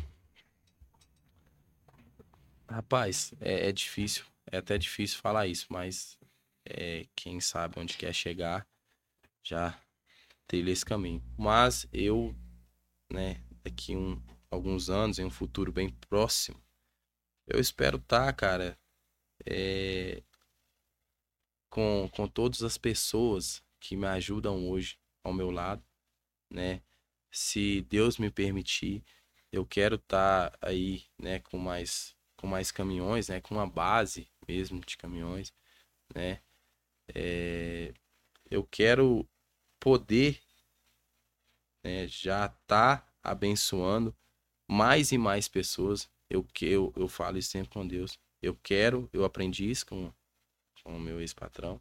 [SPEAKER 1] rapaz, é, é difícil, é até difícil falar isso, mas é, quem sabe onde quer chegar já trilha esse caminho. Mas eu, né, daqui um, alguns anos, em um futuro bem próximo, eu espero estar, cara, é, com, com todas as pessoas que me ajudam hoje ao meu lado, né? Se Deus me permitir, eu quero estar aí, né, com mais, com mais caminhões, né, com uma base mesmo de caminhões, né? É, eu quero poder, né, já tá abençoando mais e mais pessoas. Eu, que- eu, eu falo isso sempre com Deus. Eu quero, eu aprendi isso com, com o meu ex-patrão.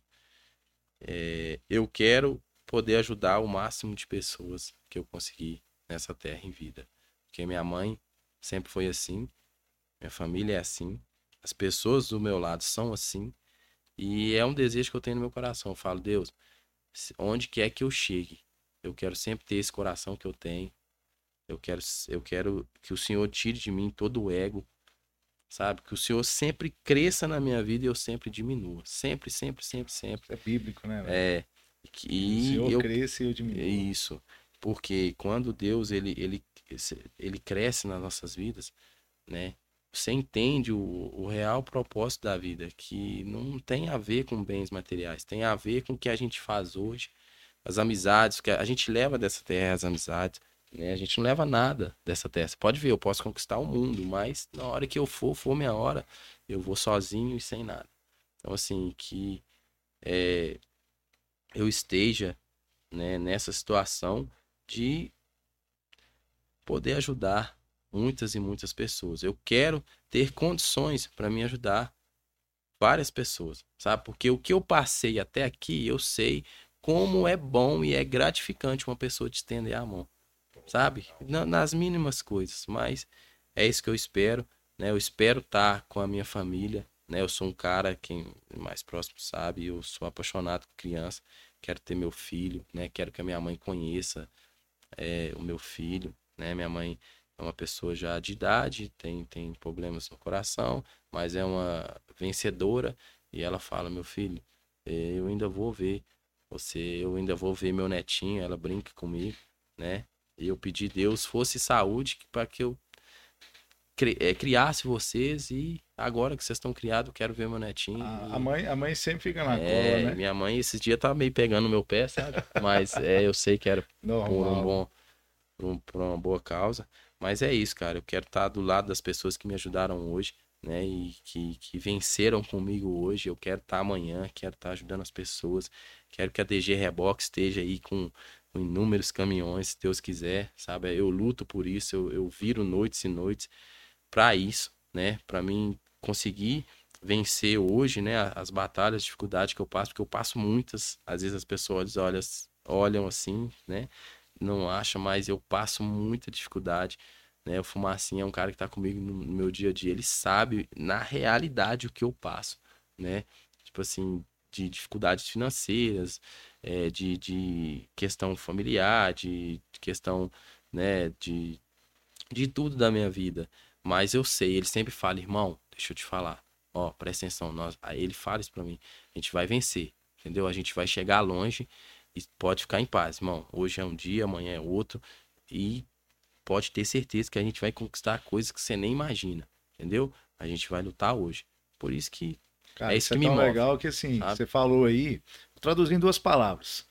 [SPEAKER 1] É, eu quero poder ajudar o máximo de pessoas que eu conseguir nessa terra em vida. Porque minha mãe sempre foi assim, minha família é assim, as pessoas do meu lado são assim, e é um desejo que eu tenho no meu coração. Eu falo, Deus, se- onde quer que eu chegue, eu quero sempre ter esse coração que eu tenho. Eu quero, eu quero que o Senhor tire de mim todo o ego, sabe? Que o Senhor sempre cresça na minha vida e eu sempre diminua. Sempre, sempre, sempre, sempre.
[SPEAKER 2] Isso é bíblico, né? velho?
[SPEAKER 1] É.
[SPEAKER 2] o
[SPEAKER 1] E
[SPEAKER 2] Senhor
[SPEAKER 1] eu,
[SPEAKER 2] cresce e eu diminuo.
[SPEAKER 1] isso. Porque quando Deus ele, ele, ele cresce nas nossas vidas, né? Você entende o, o real propósito da vida, que não tem a ver com bens materiais, tem a ver com o que a gente faz hoje, as amizades, que a gente leva dessa terra, as amizades, né? A gente não leva nada dessa terra. Você pode ver, eu posso conquistar o mundo, mas na hora que eu for, for minha hora, eu vou sozinho e sem nada. Então, assim, que é, eu esteja, né, nessa situação de poder ajudar muitas e muitas pessoas. Eu quero ter condições para me ajudar várias pessoas, sabe? Porque o que eu passei até aqui, eu sei como é bom e é gratificante uma pessoa te estender a mão, sabe? Na- Nas mínimas coisas, mas é isso que eu espero, né? Eu espero estar com a minha família, né? Eu sou um cara, quem mais próximo sabe, eu sou apaixonado por criança. quero ter meu filho, né? Quero que a minha mãe conheça é, o meu filho, né? Minha mãe é uma pessoa já de idade, tem, tem problemas no coração, mas é uma vencedora. E ela fala, meu filho, eh, eu ainda vou ver você, eu ainda vou ver meu netinho, ela brinca comigo, né? E eu pedi a Deus fosse saúde para que eu cri- eh, criasse vocês e agora que vocês estão criados, eu quero ver meu netinho.
[SPEAKER 2] A, a
[SPEAKER 1] E,
[SPEAKER 2] mãe, a mãe sempre fica na cola,
[SPEAKER 1] é,
[SPEAKER 2] né?
[SPEAKER 1] minha mãe esses dias tá meio pegando no meu pé, sabe? Mas é, eu sei que era por um
[SPEAKER 2] Normal.
[SPEAKER 1] bom, por, um- por uma boa causa. Mas é isso, cara. Eu quero estar do lado das pessoas que me ajudaram hoje, né? E que, que venceram comigo hoje. Eu quero estar amanhã, quero estar ajudando as pessoas. Quero que a D G Rebox esteja aí com, com inúmeros caminhões, se Deus quiser, sabe? Eu luto por isso, eu, eu viro noites e noites para isso, né? Para mim conseguir vencer hoje, né? As batalhas, as dificuldades que eu passo, porque eu passo muitas. Às vezes as pessoas olham, olham assim, né? Não acham, mas eu passo muita dificuldade, né? O Fumacinha é um cara que tá comigo no no meu dia a dia, ele sabe na realidade o que eu passo, né? Tipo assim, de dificuldades financeiras, é, de, de questão familiar, de, de questão, né, de, de tudo da minha vida. Mas eu sei, ele sempre fala, irmão, deixa eu te falar, ó, presta atenção, nós... aí ele fala isso pra mim, a gente vai vencer, entendeu? A gente vai chegar longe e pode ficar em paz, irmão. Hoje é um dia, amanhã é outro. E pode ter certeza que a gente vai conquistar coisas que você nem imagina, entendeu? A gente vai lutar hoje. Por isso que
[SPEAKER 2] Cara,
[SPEAKER 1] é isso
[SPEAKER 2] isso é
[SPEAKER 1] que me
[SPEAKER 2] tão
[SPEAKER 1] move,
[SPEAKER 2] legal que, assim,
[SPEAKER 1] sabe?
[SPEAKER 2] você falou aí, traduzindo em duas palavras,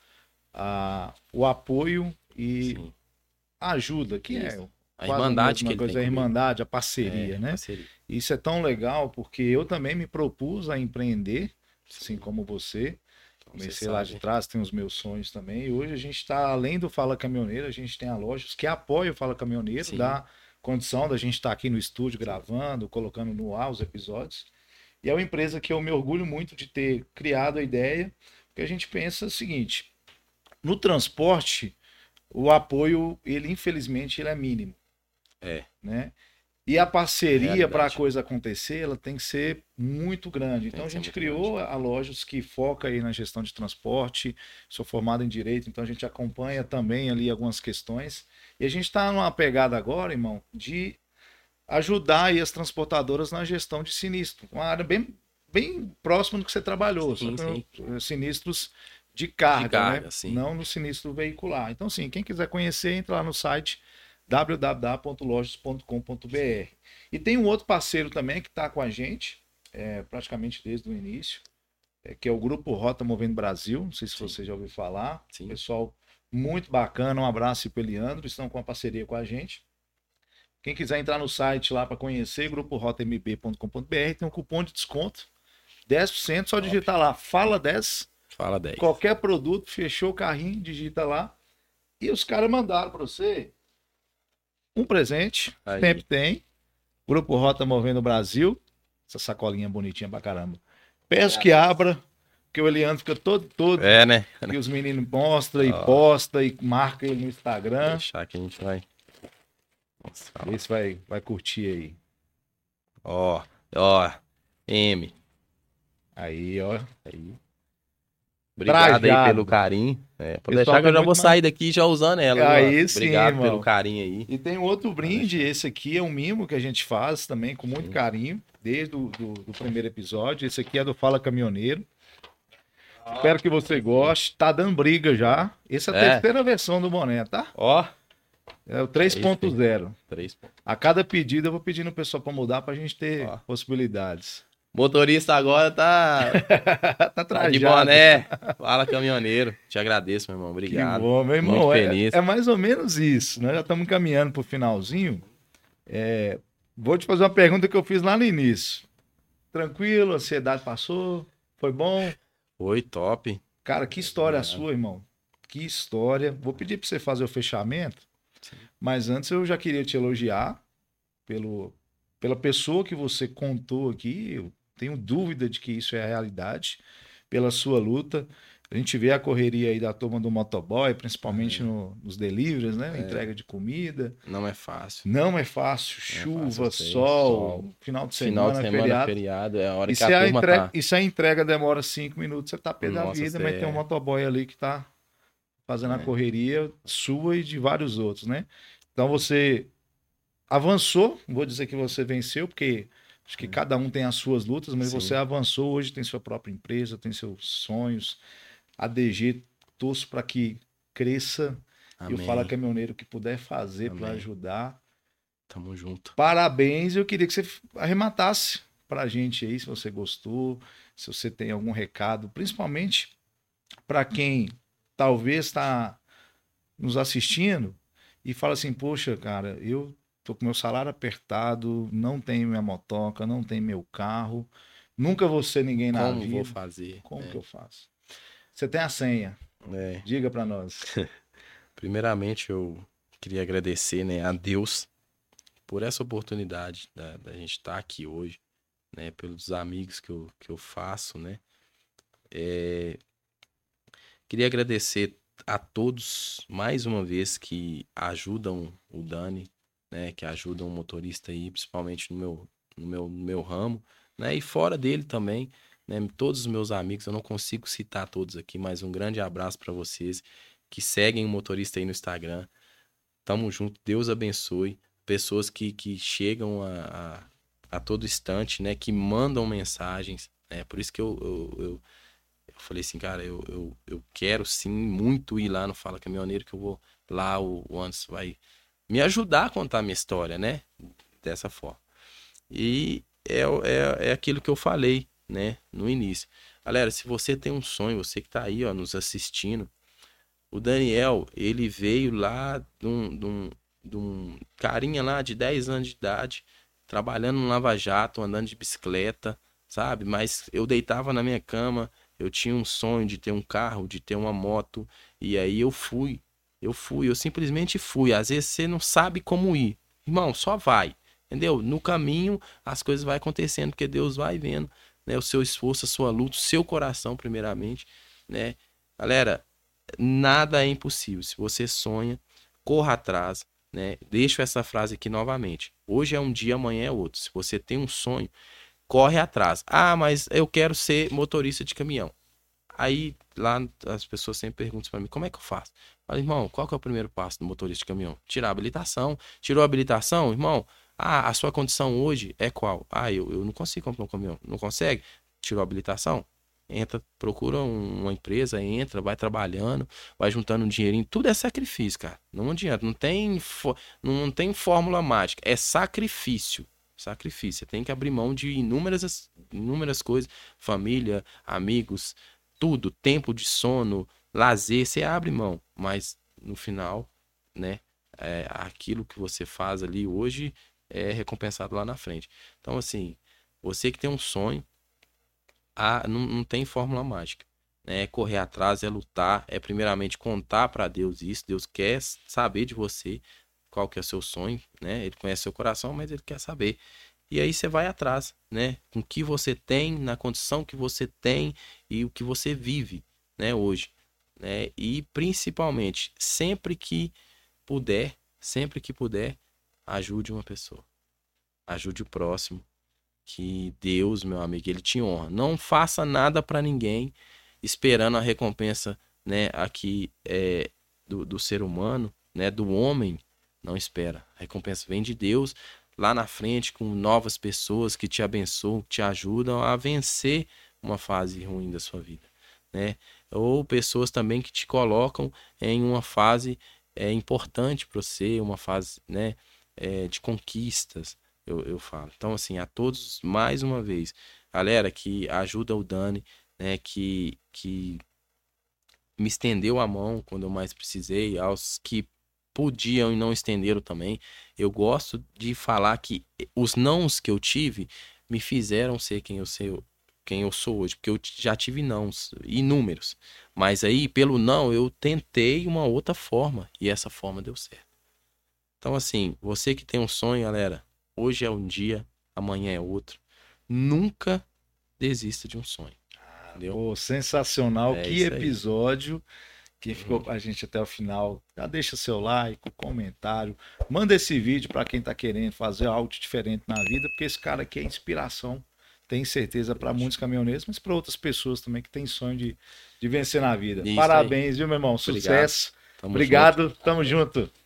[SPEAKER 2] a, o apoio e
[SPEAKER 1] Sim,
[SPEAKER 2] a ajuda, que é
[SPEAKER 1] isso. A
[SPEAKER 2] quase a
[SPEAKER 1] irmandade que
[SPEAKER 2] mesma
[SPEAKER 1] ele tem
[SPEAKER 2] coisa, a
[SPEAKER 1] comigo.
[SPEAKER 2] irmandade, a parceria,
[SPEAKER 1] É,
[SPEAKER 2] né?
[SPEAKER 1] parceria.
[SPEAKER 2] Isso é tão legal porque eu também me propus a empreender, assim
[SPEAKER 1] Sim,
[SPEAKER 2] como você.
[SPEAKER 1] então você
[SPEAKER 2] Comecei lá de
[SPEAKER 1] sabe.
[SPEAKER 2] trás, tenho os meus sonhos também. E hoje a gente está, além do Fala Caminhoneiro, a gente tem a Lojas que apoia o Fala Caminhoneiro,
[SPEAKER 1] Sim,
[SPEAKER 2] dá condição da gente estar aqui no estúdio
[SPEAKER 1] sim,
[SPEAKER 2] gravando, colocando no ar os episódios. E é uma empresa que eu me orgulho muito de ter criado a ideia, porque a gente pensa o seguinte: no transporte, o apoio, ele infelizmente ele é mínimo,
[SPEAKER 1] é,
[SPEAKER 2] né? E a
[SPEAKER 1] a
[SPEAKER 2] parceria para a
[SPEAKER 1] realidade.
[SPEAKER 2] coisa acontecer, ela tem que ser muito grande.
[SPEAKER 1] Tem
[SPEAKER 2] Então a
[SPEAKER 1] que ser
[SPEAKER 2] gente
[SPEAKER 1] muito grande.
[SPEAKER 2] criou a Lojas que foca aí na gestão de transporte. Sou formado em direito, então a gente acompanha também ali algumas questões. E a gente está numa pegada agora, irmão, de ajudar aí as transportadoras na gestão de sinistro. Uma área bem, bem próxima do que você trabalhou, só
[SPEAKER 1] Sim,
[SPEAKER 2] que
[SPEAKER 1] sim.
[SPEAKER 2] eh, sinistros de
[SPEAKER 1] De
[SPEAKER 2] carga, né?
[SPEAKER 1] carga, sim.
[SPEAKER 2] Não no sinistro veicular. Então, sim, quem quiser conhecer, entra lá no site w w w ponto lojas ponto com ponto b r. E tem um outro parceiro também que está com a gente, é, praticamente desde o início, é, que é o Grupo Rota Movendo Brasil. Não sei se
[SPEAKER 1] Sim,
[SPEAKER 2] você já ouviu falar.
[SPEAKER 1] sim.
[SPEAKER 2] Pessoal muito bacana, um abraço para o Leandro, estão com a parceria com a gente. Quem quiser entrar no site lá para conhecer, grupo rota m b ponto com ponto b r, tem um cupom de desconto, dez por cento, só
[SPEAKER 1] Top.
[SPEAKER 2] digitar lá, fala dez,
[SPEAKER 1] Fala dez.
[SPEAKER 2] qualquer produto, fechou o carrinho, digita lá. E os caras mandaram para você um presente,
[SPEAKER 1] Aí.
[SPEAKER 2] sempre tem. Grupo Rota Movendo Brasil, essa sacolinha bonitinha pra caramba. Peço que abra, porque o Eliandro fica todo, todo,
[SPEAKER 1] É, né?
[SPEAKER 2] que os meninos mostram e
[SPEAKER 1] Ó,
[SPEAKER 2] posta e marca ele no Instagram.
[SPEAKER 1] deixar que a gente vai. Nossa,
[SPEAKER 2] Vê se vai, vai curtir aí.
[SPEAKER 1] ó, ó, M.
[SPEAKER 2] Aí, ó.
[SPEAKER 1] Aí. Obrigado aí
[SPEAKER 2] Trajado.
[SPEAKER 1] pelo carinho. É, pode
[SPEAKER 2] Pessoal
[SPEAKER 1] deixar que
[SPEAKER 2] tem
[SPEAKER 1] eu já
[SPEAKER 2] muito
[SPEAKER 1] vou
[SPEAKER 2] mais-
[SPEAKER 1] sair daqui já usando ela, viu,
[SPEAKER 2] Aí
[SPEAKER 1] Anderson?
[SPEAKER 2] sim,
[SPEAKER 1] Obrigado
[SPEAKER 2] irmão.
[SPEAKER 1] pelo carinho aí.
[SPEAKER 2] E tem um outro brinde,
[SPEAKER 1] deixar.
[SPEAKER 2] esse aqui é um mimo que a gente faz também com muito
[SPEAKER 1] Sim.
[SPEAKER 2] carinho, desde o do, do primeiro episódio. Esse aqui é do Fala Caminhoneiro. Espero que você goste. Tá dando briga já. Essa é a
[SPEAKER 1] É.
[SPEAKER 2] terceira versão do boné, tá?
[SPEAKER 1] Ó,
[SPEAKER 2] É o três ponto zero.
[SPEAKER 1] três pontos.
[SPEAKER 2] A cada pedido eu vou pedindo o pessoal para mudar pra gente ter
[SPEAKER 1] Ó.
[SPEAKER 2] possibilidades.
[SPEAKER 1] Motorista agora tá,
[SPEAKER 2] tá
[SPEAKER 1] tá de
[SPEAKER 2] trajado.
[SPEAKER 1] boné. Fala, caminhoneiro. Te agradeço, meu irmão. Obrigado.
[SPEAKER 2] Que bom, meu irmão.
[SPEAKER 1] Muito
[SPEAKER 2] É,
[SPEAKER 1] feliz.
[SPEAKER 2] é mais ou menos isso. Nós já estamos caminhando pro finalzinho. É, vou te fazer uma pergunta que eu fiz lá no início. Tranquilo, a ansiedade passou? Foi bom?
[SPEAKER 1] Foi top.
[SPEAKER 2] Cara, que história a
[SPEAKER 1] Obrigado.
[SPEAKER 2] sua, irmão. Que história. Vou pedir para você fazer o fechamento,
[SPEAKER 1] Sim.
[SPEAKER 2] mas antes eu já queria te elogiar pelo, pela pessoa que você contou aqui. Eu tenho dúvida de que isso é a realidade, pela sua luta. A gente vê a correria aí da turma do motoboy, principalmente
[SPEAKER 1] É.
[SPEAKER 2] no, nos deliveries, né?
[SPEAKER 1] É.
[SPEAKER 2] Entrega de comida.
[SPEAKER 1] Não é fácil.
[SPEAKER 2] Não é fácil.
[SPEAKER 1] Não é
[SPEAKER 2] Chuva,
[SPEAKER 1] fácil ter
[SPEAKER 2] sol,
[SPEAKER 1] sol.
[SPEAKER 2] final de
[SPEAKER 1] Final
[SPEAKER 2] semana,
[SPEAKER 1] de semana,
[SPEAKER 2] feriado.
[SPEAKER 1] feriado, é a hora
[SPEAKER 2] E
[SPEAKER 1] que
[SPEAKER 2] se
[SPEAKER 1] a
[SPEAKER 2] a
[SPEAKER 1] turma
[SPEAKER 2] entrega,
[SPEAKER 1] tá.
[SPEAKER 2] e se a entrega demora cinco minutos, você tá pé da
[SPEAKER 1] Nossa,
[SPEAKER 2] vida,
[SPEAKER 1] cê
[SPEAKER 2] mas tem um
[SPEAKER 1] é-
[SPEAKER 2] motoboy ali que tá fazendo a
[SPEAKER 1] É.
[SPEAKER 2] correria sua e de vários outros, né? Então você avançou, não vou dizer que você venceu, porque acho que cada um tem as suas lutas, mas
[SPEAKER 1] Sim.
[SPEAKER 2] você avançou, hoje tem sua própria empresa, tem seus sonhos. A D G, torço para que cresça. E o Fala
[SPEAKER 1] Amém.
[SPEAKER 2] Caminhoneiro que puder fazer para
[SPEAKER 1] Amém.
[SPEAKER 2] ajudar.
[SPEAKER 1] Tamo junto.
[SPEAKER 2] Parabéns, eu queria que você arrematasse para a gente aí, se você gostou, se você tem algum recado, principalmente para quem talvez está nos assistindo e fala assim, poxa, cara, eu tô com meu salário apertado, não tenho minha motoca, não tenho meu carro, nunca vou ser ninguém na
[SPEAKER 1] Como vou
[SPEAKER 2] vida.
[SPEAKER 1] fazer?
[SPEAKER 2] Como
[SPEAKER 1] É.
[SPEAKER 2] que eu faço? Você tem a senha,
[SPEAKER 1] É.
[SPEAKER 2] diga para nós.
[SPEAKER 1] Primeiramente, eu queria agradecer, né, a Deus por essa oportunidade da, da gente estar aqui hoje, né, pelos amigos que eu, que eu faço, né. É, queria agradecer a todos, mais uma vez, que ajudam o Dani, né, que ajudam o motorista aí, principalmente no meu, no meu, no meu ramo, né, e fora dele também, né, todos os meus amigos, eu não consigo citar todos aqui, mas um grande abraço para vocês que seguem o motorista aí no Instagram. Tamo junto, Deus abençoe. Pessoas que, que chegam a, a, a todo instante, né? Que mandam mensagens, né? Por isso que eu, eu, eu, eu falei assim, cara, eu, eu, eu quero sim muito ir lá no Fala Caminhoneiro, que eu vou lá, o, o Anderson vai me ajudar a contar a minha história, né? Dessa forma. E é, é, é aquilo que eu falei, né? No início. Galera, se você tem um sonho, você que tá aí, ó, nos assistindo, o Daniel, ele veio lá de um, de um, de um carinha lá de dez anos de idade, trabalhando no Lava Jato, andando de bicicleta, sabe? Mas eu deitava na minha cama, eu tinha um sonho de ter um carro, de ter uma moto, e aí eu fui, eu fui, eu simplesmente fui. Às vezes você não sabe como ir. Irmão, só vai, entendeu? No caminho as coisas vão acontecendo, porque Deus vai vendo, né? O seu esforço, a sua luta, o seu coração, primeiramente, né? Galera, nada é impossível. Se você sonha, corra atrás, né? Deixo essa frase aqui novamente. Hoje é um dia, amanhã é outro. Se você tem um sonho, corre atrás. Ah, mas eu quero ser motorista de caminhão. Aí lá as pessoas sempre perguntam para mim, como é que eu faço? Fala, irmão, qual que é o primeiro passo do motorista de caminhão? Tirar a habilitação. Tirou a habilitação, irmão? Ah, a sua condição hoje é qual? Ah, eu, eu não consigo comprar um caminhão. Não consegue? Tirou a habilitação? Entra, procura um- uma empresa, entra, vai trabalhando, vai juntando um dinheirinho. Tudo é sacrifício, cara. Não adianta. Não tem, fo- não tem fórmula mágica. É sacrifício. Sacrifício. Você tem que abrir mão de inúmeras, inúmeras coisas. Família, amigos, tudo. Tempo de sono, lazer. Você abre mão. Mas no final, né? É, aquilo que você faz ali hoje é recompensado lá na frente. Então, assim, você que tem um sonho, a, não, não tem fórmula mágica. Né? É correr atrás, é lutar, é primeiramente contar para Deus isso. Deus quer saber de você qual que é o seu sonho, né? Ele conhece seu coração, mas ele quer saber. E aí você vai atrás, né? Com o que você tem, na condição que você tem e o que você vive, né? Hoje, né? E principalmente, sempre que puder, sempre que puder, ajude uma pessoa, ajude o próximo, que Deus, meu amigo, ele te honra. Não faça nada para ninguém esperando a recompensa, né, aqui é, do, do ser humano, né, do homem. Não espera. A recompensa vem de Deus lá na frente com novas pessoas que te abençoam, que te ajudam a vencer uma fase ruim da sua vida, né? Ou pessoas também que te colocam em uma fase é, importante para você, uma fase, né, é, de conquistas, eu, eu falo. Então, assim, a todos, mais uma vez, galera que ajuda o Dani, né, que, que me estendeu a mão quando eu mais precisei, aos que podiam e não estenderam também. Eu gosto de falar que os nãos que eu tive me fizeram ser quem eu sei, quem eu sou hoje, porque eu já tive nãos inúmeros. Mas aí, pelo não, eu tentei uma outra forma e essa forma deu certo. Então, assim, você que tem um sonho, galera, hoje é um dia, amanhã é outro. Nunca desista de um sonho. Entendeu?
[SPEAKER 2] Pô, sensacional.
[SPEAKER 1] É
[SPEAKER 2] Que
[SPEAKER 1] isso aí.
[SPEAKER 2] episódio. Quem ficou com a gente até o final, já deixa seu like, comentário. Manda esse vídeo para quem tá querendo fazer algo diferente na vida, porque esse cara aqui é inspiração. Tenho certeza para muitos caminhoneiros, mas para outras pessoas também que têm sonho de, de vencer na vida.
[SPEAKER 1] Isso
[SPEAKER 2] Parabéns,
[SPEAKER 1] aí.
[SPEAKER 2] viu, meu irmão?
[SPEAKER 1] Obrigado.
[SPEAKER 2] Sucesso.
[SPEAKER 1] Tamo
[SPEAKER 2] Obrigado.
[SPEAKER 1] junto.
[SPEAKER 2] Tamo junto.